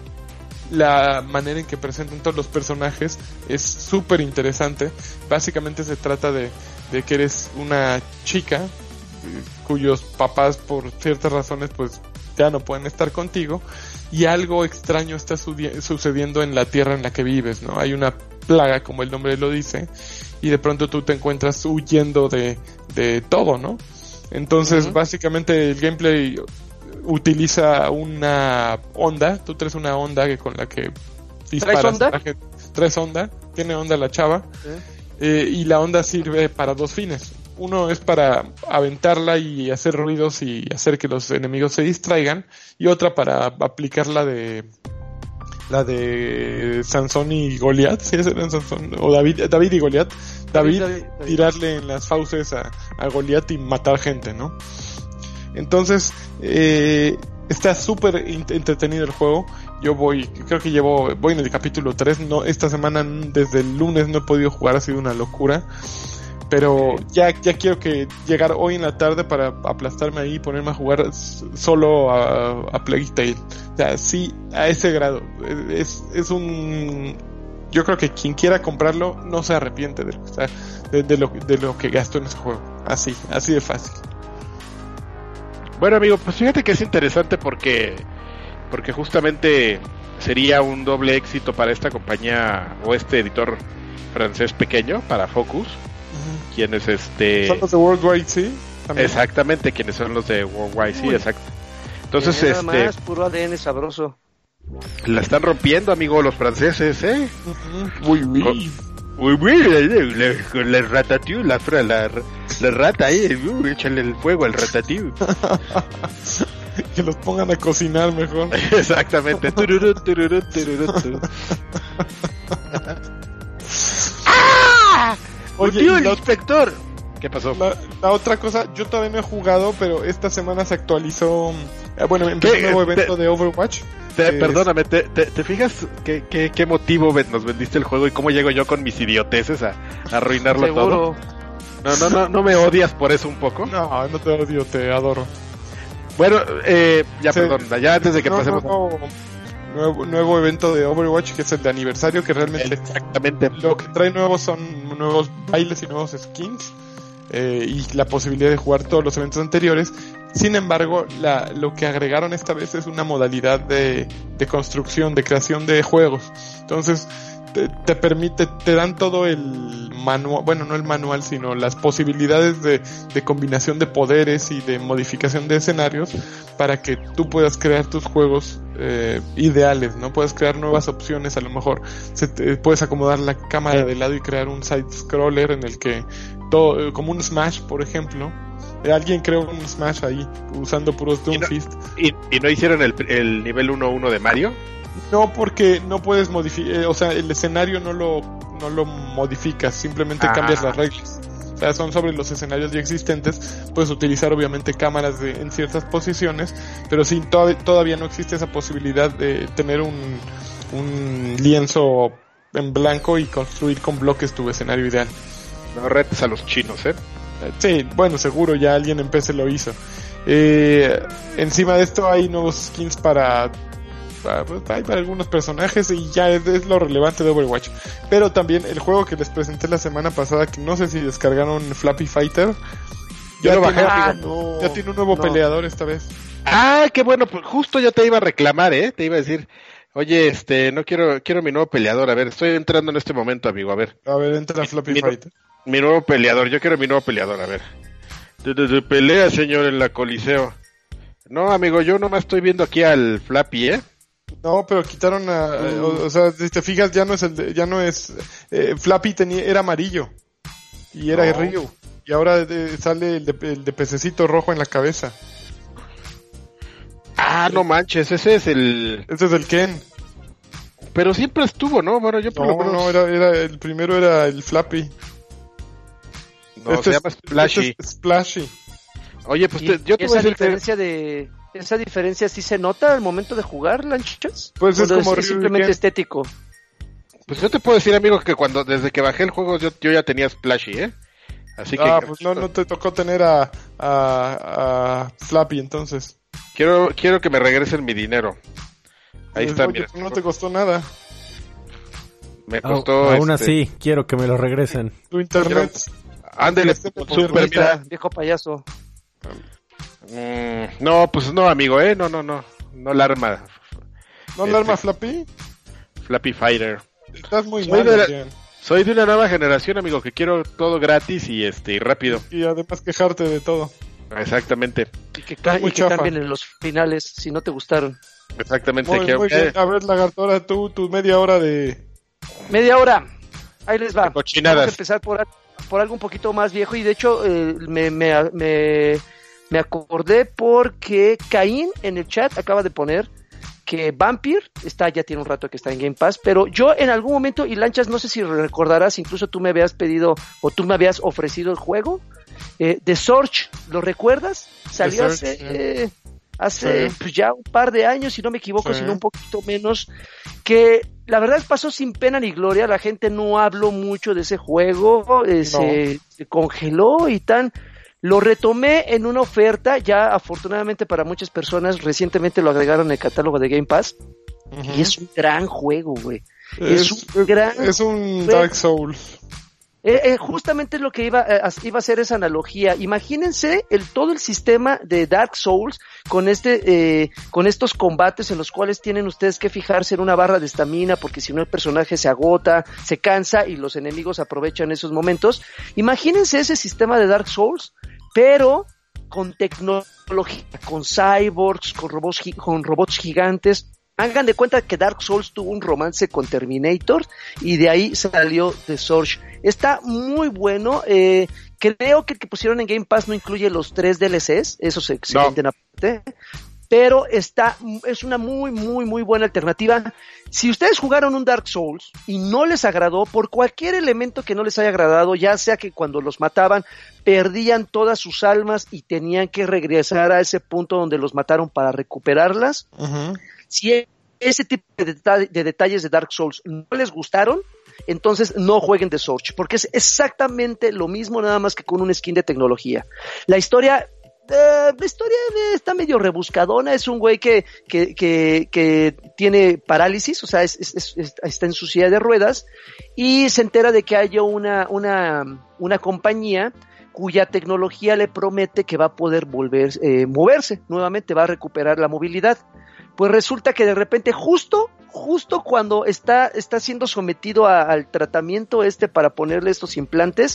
la manera en que presentan todos los personajes es súper interesante. Básicamente se trata de, de que eres una chica eh, cuyos papás por ciertas razones pues ya no pueden estar contigo y algo extraño está su- sucediendo en la tierra en la que vives, ¿no? Hay una plaga, como el nombre lo dice, y de pronto tú te encuentras huyendo de, de todo, ¿no? Entonces uh-huh. básicamente el gameplay utiliza una onda, tú traes una onda que con la que disparas. ¿Traes onda? Traje, traes onda, tiene onda la chava, ¿sí? eh, y la onda sirve para dos fines. Uno es para aventarla y hacer ruidos y hacer que los enemigos se distraigan, y otra para aplicar la de la de Sansón y Goliat, ¿sí eran Sansón? O David, David y Goliat. David, David, David tirarle en las fauces a, a Goliat y matar gente, ¿no? Entonces, eh, está súper entretenido el juego. Yo voy, creo que llevo, voy en el capítulo tres, no, esta semana desde el lunes no he podido jugar, ha sido una locura. Pero ya, ya quiero que llegar hoy en la tarde para aplastarme ahí y ponerme a jugar solo a, a Plague Tale. O sea, sí, a ese grado. Es, es un, yo creo que quien quiera comprarlo no se arrepiente de, o sea, de, de, lo, de lo que gastó en ese juego. Así, así de fácil. Bueno, amigo, pues fíjate que es interesante porque porque justamente sería un doble éxito para esta compañía o este editor francés pequeño, para Focus, uh-huh. quienes este son los de Worldwide C, ¿también? Exactamente, quienes son los de Worldwide C, exacto. Entonces, eh, este nada más, puro A D N sabroso. La están rompiendo, amigo, los franceses, ¿eh? Uh-huh. Muy bien. Uy, uy, con la ratatouille, la, la, la rata ahí, uh, échale el fuego al ratatouille. Que los pongan a cocinar mejor. Exactamente. Tururú, tururú, tururú, tururú. ¡Ah! Oye, tío, el la, inspector. ¿Qué pasó? La, la otra cosa, yo todavía no he jugado, pero esta semana se actualizó. Eh, bueno, empezó un nuevo evento te, de Overwatch. Te, perdóname, te, te, ¿te fijas qué, qué, qué motivo nos vendiste el juego y cómo llego yo con mis idioteces a, a arruinarlo Seguro. todo? No, no, no, no me odias por eso un poco. No, no te odio, te adoro. Bueno, eh, ya sí. perdón, ya antes de que no, pasemos. No, no. nuevo, nuevo evento de Overwatch, que es el de aniversario, que realmente exactamente lo que trae nuevos son nuevos bailes y nuevos skins, eh, y la posibilidad de jugar todos los eventos anteriores. Sin embargo, la, lo que agregaron esta vez es una modalidad de, de construcción, de creación de juegos. Entonces, te, te permite, te dan todo el manual, bueno, no el manual, sino las posibilidades de, de combinación de poderes y de modificación de escenarios para que tú puedas crear tus juegos eh, ideales, ¿no? Puedes crear nuevas opciones, a lo mejor se te, puedes acomodar la cámara de lado y crear un side-scroller en el que todo, como un Smash, por ejemplo. Alguien creó un Smash ahí usando puros Doomfist. ¿Y, no, y, ¿Y no hicieron el, el nivel uno uno de Mario? No, porque no puedes modificar, eh, o sea, el escenario no lo no lo modificas, simplemente ah. cambias las reglas. O sea, son sobre los escenarios ya existentes. Puedes utilizar obviamente cámaras de, en ciertas posiciones, pero sí, to- todavía no existe esa posibilidad de tener un, un lienzo en blanco y construir con bloques tu escenario ideal. No retes a los chinos, ¿eh? Sí, bueno, seguro ya alguien en P C lo hizo. Eh, encima de esto hay nuevos skins para, para, para, para algunos personajes y ya es, es lo relevante de Overwatch. Pero también el juego que les presenté la semana pasada, que no sé si descargaron, Flappy Fighter, ya, lo tiene, bajé, ah, no, ya tiene un nuevo no. peleador esta vez. Ah, qué bueno, pues justo yo te iba a reclamar, ¿eh? Te iba a decir, oye, este, no quiero, quiero mi nuevo peleador. A ver, estoy entrando en este momento, amigo, a ver. A ver, entra Flappy mi, Fighter. Mi nuevo peleador, yo quiero mi nuevo peleador, a ver. De, de, de pelea, señor, en la Coliseo. No, amigo, yo nomás estoy viendo aquí al Flappy, ¿eh? No, pero quitaron a, mm. o, o sea, si te fijas, ya no es el, de, ya no es, eh, Flappy tenía, era amarillo. Y era no. Ryu. Y ahora de, sale el de, el de pececito rojo en la cabeza. Ah, no manches, ese es el... Ese es el Ken. Pero siempre estuvo, ¿no? Bueno, yo por no, lo menos... No, era, era, el primero era el Flappy. No, este se llama Splashy. Este es Splashy. Oye, pues te, yo te voy a decir diferencia que... de esa diferencia sí se nota al momento de jugar, Lanchas. Pues es como es simplemente Ken. Estético. Pues yo te puedo decir, amigo, que cuando desde que bajé el juego yo, yo ya tenía Splashy, ¿eh? Así que Ah, pues no no te tocó tener a a, a Flappy entonces. Quiero quiero que me regresen mi dinero. Ahí pues está, no, mira. No te costó nada. Me costó oh, aún este... así quiero que me lo regresen. Tu internet. Ándele, super, mira. Viejo payaso. Mm, no, pues no, amigo, eh, no, no, no, no la arma. ¿No la arma Flappy? Flappy Fighter. Estás muy soy mal, de la, soy de una nueva generación, amigo, que quiero todo gratis y este y rápido. Y además quejarte de todo. Exactamente. Y que, ca- y que cambien en los finales si no te gustaron. Exactamente. Muy, que, muy bien. A ver, Lagarto, ahora tú, tu media hora de... Media hora. Ahí les va. Cochinadas. Vamos a empezar por, por algo un poquito más viejo y de hecho eh, me, me, me, me acordé porque Caín en el chat acaba de poner que Vampire está, ya tiene un rato que está en Game Pass, pero yo en algún momento, y Lanchas, no sé si recordarás, incluso tú me habías pedido o tú me habías ofrecido el juego, eh, The Surge, ¿lo recuerdas? Salió The Surge, hace, yeah. eh, hace sí. pues ya un par de años, si no me equivoco, sí. sino un poquito menos, que la verdad pasó sin pena ni gloria, la gente no habló mucho de ese juego, eh, no. se, se congeló y tan... Lo retomé en una oferta, ya afortunadamente para muchas personas, recientemente lo agregaron en el catálogo de Game Pass, uh-huh. y es un gran juego, güey. Es, es un gran Es un Dark Souls. Eh, eh, justamente es lo que iba, eh, iba a hacer esa analogía. Imagínense el todo el sistema de Dark Souls con este, eh, con estos combates en los cuales tienen ustedes que fijarse en una barra de estamina, porque si no el personaje se agota, se cansa y los enemigos aprovechan esos momentos. Imagínense ese sistema de Dark Souls, pero con tecnología, con cyborgs, con robots, con robots gigantes. Hagan de cuenta que Dark Souls tuvo un romance con Terminator y de ahí salió The Surge. Está muy bueno. Eh, creo que el que pusieron en Game Pass no incluye los tres D L Cs, esos se venden no. aparte. Pero está, es una muy, muy, muy buena alternativa. Si ustedes jugaron un Dark Souls y no les agradó, por cualquier elemento que no les haya agradado, ya sea que cuando los mataban perdían todas sus almas y tenían que regresar a ese punto donde los mataron para recuperarlas, uh-huh. Si ese tipo de, deta- de detalles de Dark Souls no les gustaron, entonces no jueguen The Surge, porque es exactamente lo mismo, nada más que con un skin de tecnología. La historia Uh, la historia está medio rebuscadona, es un güey que, que, que, que tiene parálisis, o sea, es, es, es, está en su silla de ruedas, y se entera de que hay una, una, una compañía cuya tecnología le promete que va a poder volver, eh, moverse nuevamente, va a recuperar la movilidad. Pues resulta que de repente, justo, justo cuando está, está siendo sometido a, al tratamiento este para ponerle estos implantes,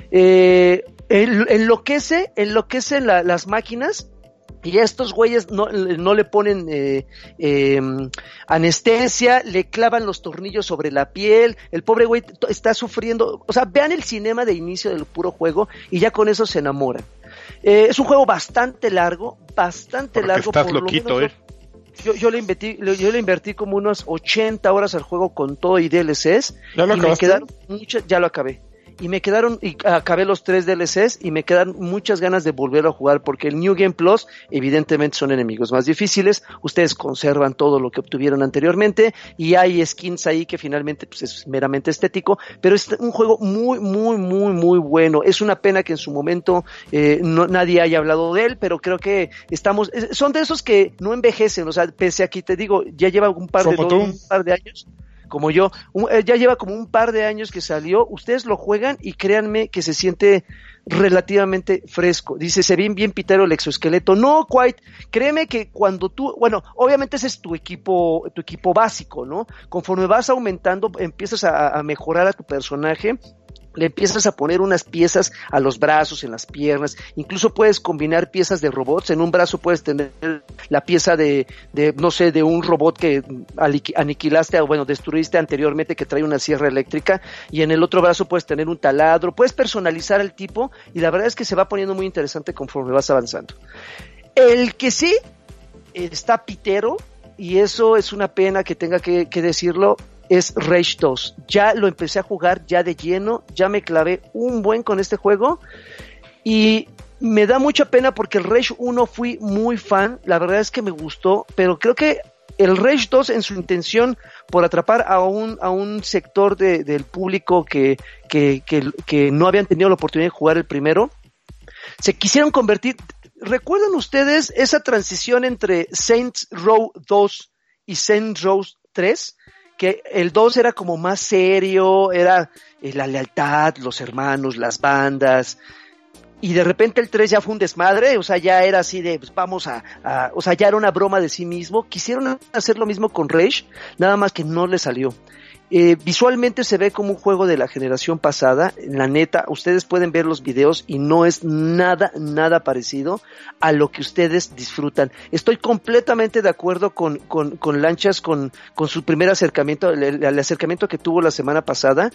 eh, enloquece, enloquecen la, las máquinas, y a estos güeyes no, no le ponen eh, eh, anestesia, le clavan los tornillos sobre la piel, el pobre güey t- está sufriendo, o sea, vean el cinema de inicio del puro juego y ya con eso se enamoran. Eh, es un juego bastante largo, bastante Porque largo. estás por loquito, lo menos, eh. Yo, yo le invertí, yo le invertí como unas ochenta horas al juego con todo y D L Cs. ¿Ya lo y acabaste? me quedaron muchas, ya lo acabé. Y me quedaron, y acabé los tres D L Cs y me quedan muchas ganas de volver a jugar porque el New Game Plus evidentemente son enemigos más difíciles, ustedes conservan todo lo que obtuvieron anteriormente y hay skins ahí que finalmente pues es meramente estético, pero es un juego muy, muy, muy, muy bueno. Es una pena que en su momento eh, no, nadie haya hablado de él, pero creo que estamos, son de esos que no envejecen, o sea, pese a que te digo, ya lleva un par de, dos, un par de años. Como yo, un, eh, ya lleva como un par de años que salió, ustedes lo juegan y créanme que se siente relativamente fresco. Dice, se ve bien, bien pitero el exoesqueleto. No, quite, créeme que cuando tú, bueno, obviamente ese es tu equipo, tu equipo básico, ¿no? Conforme vas aumentando, empiezas a, a mejorar a tu personaje, le empiezas a poner unas piezas a los brazos, en las piernas, incluso puedes combinar piezas de robots. En un brazo puedes tener la pieza de, de no sé, de un robot que aniquilaste o bueno, destruiste anteriormente, que trae una sierra eléctrica, y en el otro brazo puedes tener un taladro, puedes personalizar el tipo, y la verdad es que se va poniendo muy interesante conforme vas avanzando. El que sí está pitero, y eso es una pena que tenga que, que decirlo, es Rage dos. Ya lo empecé a jugar ya de lleno, ya me clavé un buen con este juego y me da mucha pena porque el Rage uno fui muy fan, la verdad es que me gustó, pero creo que el Rage dos en su intención por atrapar a un, a un sector de, del público que, que, que, que no habían tenido la oportunidad de jugar el primero, se quisieron convertir. ¿Recuerdan ustedes esa transición entre Saints Row dos y Saints Row tres? Que el dos era como más serio, era eh, la lealtad, los hermanos, las bandas, y de repente el tres ya fue un desmadre, o sea, ya era así de, pues vamos a, a, o sea, ya era una broma de sí mismo. Quisieron hacer lo mismo con Rage, nada más que no le salió. Eh, visualmente se ve como un juego de la generación pasada, la neta, ustedes pueden ver los videos y no es nada, nada parecido a lo que ustedes disfrutan. Estoy completamente de acuerdo con, con, con Lanchas, con, con su primer acercamiento, el, el acercamiento que tuvo la semana pasada.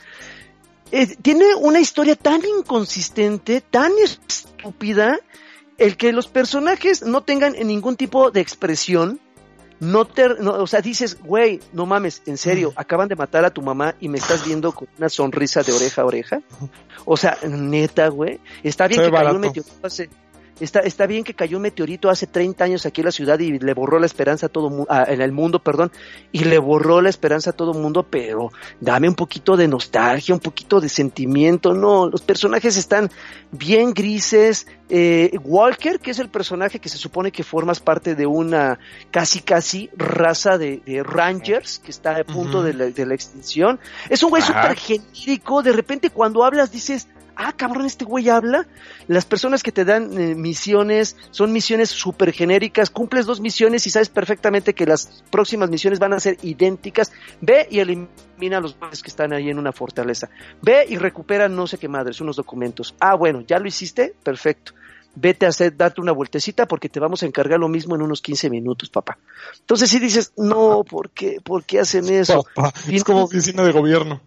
Eh, tiene una historia tan inconsistente, tan estúpida, el que los personajes no tengan ningún tipo de expresión. No te, no, o sea, dices, güey, no mames, en serio, acaban de matar a tu mamá y me estás viendo con una sonrisa de oreja a oreja. O sea, neta, güey, está bien Soy que barato. cayó un meteorito hace, está, está bien que cayó un meteorito hace treinta años aquí en la ciudad y le borró la esperanza a todo mu- a, en el mundo, perdón, y le borró la esperanza a todo mundo, pero dame un poquito de nostalgia, un poquito de sentimiento. No, los personajes están bien grises. Eh, Walker, que es el personaje que se supone que formas parte de una casi casi raza de, de Rangers que está a punto uh-huh. de, la, de la extinción, es un güey súper genérico. De repente cuando hablas dices, ah, cabrón, este güey habla. Las personas que te dan eh, misiones son misiones súper genéricas, cumples dos misiones y sabes perfectamente que las próximas misiones van a ser idénticas. Ve y elimina a los güeyes que están ahí en una fortaleza. Ve y recupera no sé qué madres, unos documentos. Ah, bueno, ¿ya lo hiciste? Perfecto. Vete a hacer, darte una vueltecita porque te vamos a encargar lo mismo en unos quince minutos, papá. Entonces si dices, no, ¿por qué? ¿Por qué hacen eso? Papá, es como oficina de gobierno.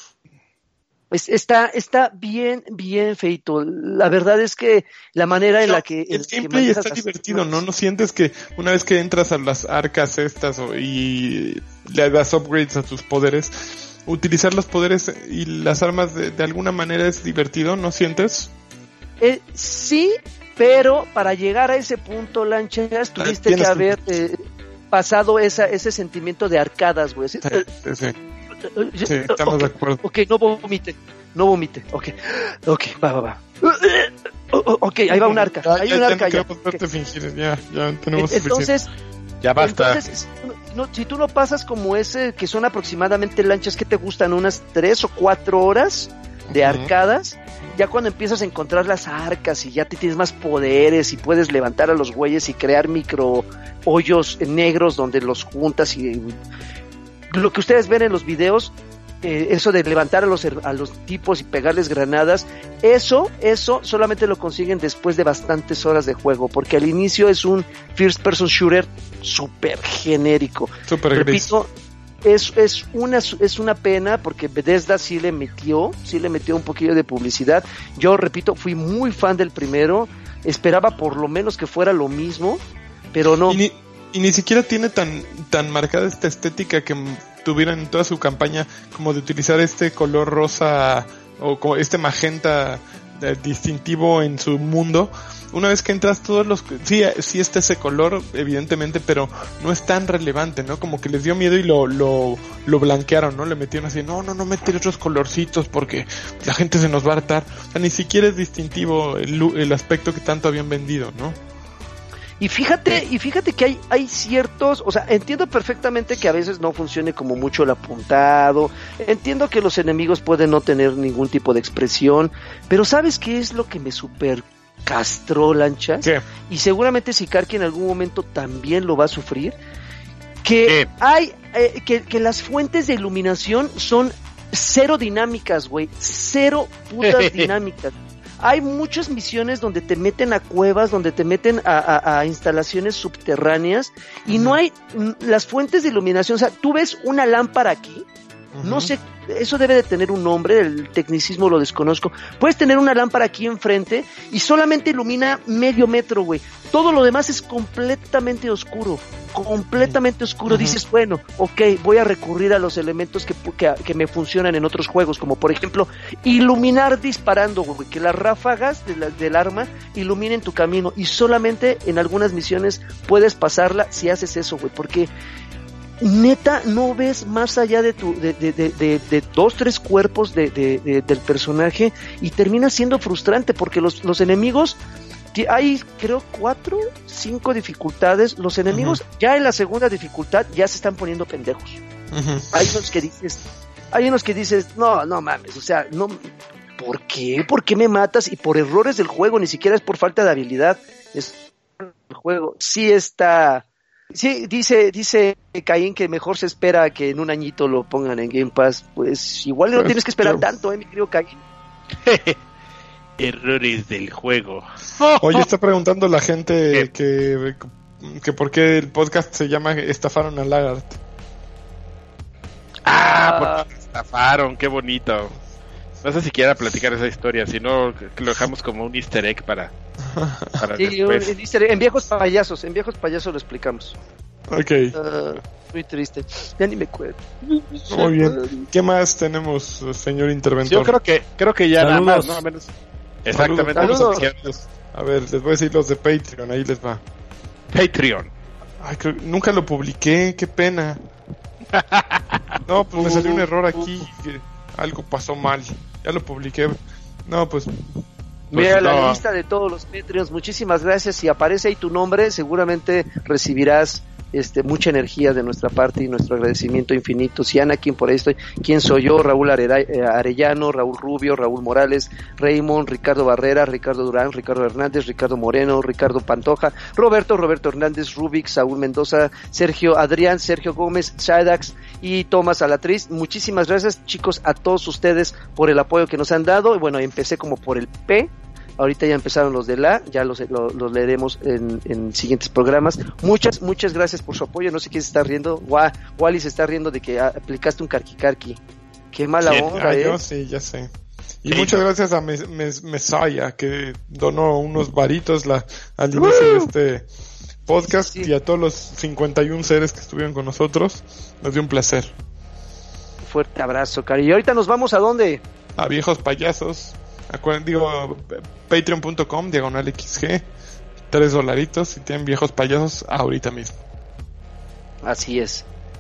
Está, está bien, bien feito. La verdad es que la manera en no, la que... El gameplay está divertido, ¿no? ¿No sientes que una vez que entras a las arcas estas o, y le das upgrades a tus poderes, utilizar los poderes y las armas de, de alguna manera es divertido? ¿No sientes? Eh, sí, pero para llegar a ese punto, Lanchas, tuviste que haber eh, pasado esa, ese sentimiento de arcadas, güey. ¿Sí? Sí, sí, sí. Sí, estamos okay. de acuerdo. Ok, no vomite, no vomite. Ok, ok, va, va, va. Ok, ahí va un arca. Ya, Hay ya, un ya arca no ya. queremos verte fingir, ya, ya tenemos Entonces, Ya basta. entonces si, no, si tú no pasas como ese, que son aproximadamente lanchas que te gustan unas tres o cuatro horas de Ujú. arcadas, ya cuando empiezas a encontrar las arcas y ya te tienes más poderes y puedes levantar a los güeyes y crear micro hoyos negros donde los juntas y lo que ustedes ven en los videos, eh, eso de levantar a los a los tipos y pegarles granadas, eso, eso solamente lo consiguen después de bastantes horas de juego, porque al inicio es un first person shooter súper genérico. Súper gris. Repito, es, es una es una pena porque Bethesda sí le metió, sí le metió un poquillo de publicidad. Yo repito, fui muy fan del primero, esperaba por lo menos que fuera lo mismo, pero no. Y ni, y ni siquiera tiene tan tan marcada esta estética que tuvieron en toda su campaña, como de utilizar este color rosa o como este magenta eh, distintivo en su mundo. Una vez que entras, todos los... Sí, sí está ese color, evidentemente, pero no es tan relevante, ¿no? Como que les dio miedo y lo lo, lo blanquearon, ¿no? Le metieron así, no, no, no meter otros colorcitos porque la gente se nos va a hartar. O sea, ni siquiera es distintivo el, el aspecto que tanto habían vendido, ¿no? Y fíjate, y fíjate que hay, hay ciertos, o sea, entiendo perfectamente que a veces no funcione como mucho el apuntado, entiendo que los enemigos pueden no tener ningún tipo de expresión, pero ¿sabes qué es lo que me super castró, Lanchas? ¿Qué? Y seguramente Sikarki en algún momento también lo va a sufrir, que ¿Qué? hay, eh, que, que las fuentes de iluminación son cero dinámicas, güey, cero putas dinámicas. Hay muchas misiones donde te meten a cuevas, donde te meten a, a, a instalaciones subterráneas y uh-huh. no hay m- las fuentes de iluminación. O sea, tú ves una lámpara aquí, uh-huh. no sé, eso debe de tener un nombre, el tecnicismo lo desconozco. Puedes tener una lámpara aquí enfrente y solamente ilumina medio metro, güey. Todo lo demás es completamente oscuro, completamente oscuro. Uh-huh. Dices, bueno, ok, voy a recurrir a los elementos que, que, que me funcionan en otros juegos, como por ejemplo, iluminar disparando, güey, que las ráfagas de la, del arma iluminen tu camino y solamente en algunas misiones puedes pasarla si haces eso, güey, porque neta no ves más allá de tu de, de, de, de, de dos, tres cuerpos de, de, de, del personaje y termina siendo frustrante porque los, los enemigos... Hay, creo, cuatro, cinco dificultades. Los enemigos, uh-huh. ya en la segunda dificultad, ya se están poniendo pendejos. Uh-huh. Hay unos que dices, hay unos que dices, no, no mames, o sea, no, ¿por qué? ¿Por qué me matas? Y por errores del juego, ni siquiera es por falta de habilidad, es el juego. Sí está, sí, dice, dice Caín que mejor se espera que en un añito lo pongan en Game Pass. Pues igual no tienes que esperar tanto, eh, mi querido Caín. Errores del juego. Oye, está preguntando la gente que, que por qué el podcast se llama Estafaron a Lagart. Ah, porque estafaron, qué bonito. No sé si quiera platicar esa historia, si no lo dejamos como un easter egg para, para sí, después. Un, easter egg. En Viejos Payasos, en Viejos Payasos lo explicamos. Ok. Uh, muy triste, ya ni me acuerdo. Muy bien. ¿Qué más tenemos, señor interventor? Yo creo que creo que ya Saludos. nada más, ¿no? A menos... Exactamente. Saludos. Saludos. A ver, les voy a decir los de Patreon, ahí les va. Patreon. Ay, creo, nunca lo publiqué, qué pena. No, pues me salió un error aquí, que algo pasó mal. Ya lo publiqué. No, pues... Mira pues, la no. lista de todos los Patreons, muchísimas gracias. Si aparece ahí tu nombre, seguramente recibirás este mucha energía de nuestra parte y nuestro agradecimiento infinito. Si Anakin, por ahí estoy. ¿Quién soy yo? Raúl Arellano, Raúl Rubio, Raúl Morales, Raymond, Ricardo Barrera, Ricardo Durán, Ricardo Hernández, Ricardo Moreno, Ricardo Pantoja, Roberto, Roberto Hernández, Rubik, Saúl Mendoza, Sergio Adrián, Sergio Gómez, Shadax y Tomás Alatriz. Muchísimas gracias, chicos, a todos ustedes por el apoyo que nos han dado. Y bueno, empecé como por el P. Ahorita ya empezaron los de la, ya los, los, los leeremos en, en siguientes programas. Muchas, muchas gracias por su apoyo. No sé quién se está riendo. Gua, Wally se está riendo de que aplicaste un carquicarqui. Qué mala Sí, onda, ah, eh. yo sí, ya sé. Y Sí. muchas gracias a Mes, Mes, Mesaya, que donó unos varitos la, al inicio de este podcast, Sí. y a todos los cincuenta y uno seres que estuvieron con nosotros. Nos dio un placer. Fuerte abrazo, cari. ¿Y ahorita nos vamos a dónde? A Viejos Payasos. Acuérdense, digo, patreon punto com, diagonal X G. Tres dolaritos si tienen Viejos Payasos ahorita mismo. Así es.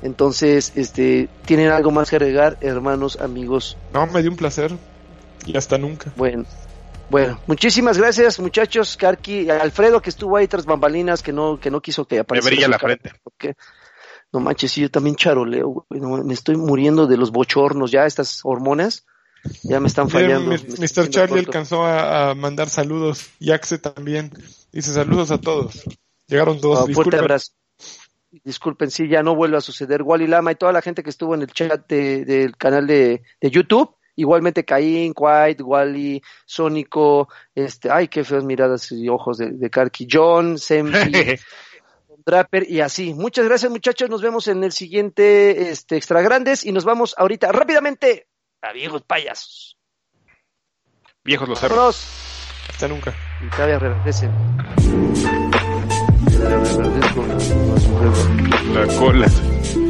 Entonces, este, ¿tienen algo más que agregar, hermanos, amigos? No, me dio un placer. Y hasta nunca. Bueno, bueno, muchísimas gracias, muchachos. Karki, Alfredo, que estuvo ahí tras bambalinas, que no, que no quiso que Me apareciera. brilla la frente. Porque, no manches, sí, yo también charoleo, güey, no, me estoy muriendo de los bochornos, ya estas hormonas, ya me están fallando. Miren, me mister estoy Charlie corto. alcanzó a, a mandar saludos. Y Axe también. Dice saludos a todos. Llegaron dos. Ah, fuerte Disculpen. abrazo. Disculpen, sí, ya no vuelve a suceder. Wally Lama y toda la gente que estuvo en el chat de, del canal de, de YouTube. Igualmente Caín, White, Wally, Sónico, este, ay, qué feas miradas y ojos de, de Karki, John, Sempi, Draper y así. Muchas gracias, muchachos. Nos vemos en el siguiente este, Extra Grandes y nos vamos ahorita rápidamente a viejos payasos. Viejos los cerros. Vámonos. Hasta nunca. Y todavía reverdecen. Reverdezco con su juego. La cola.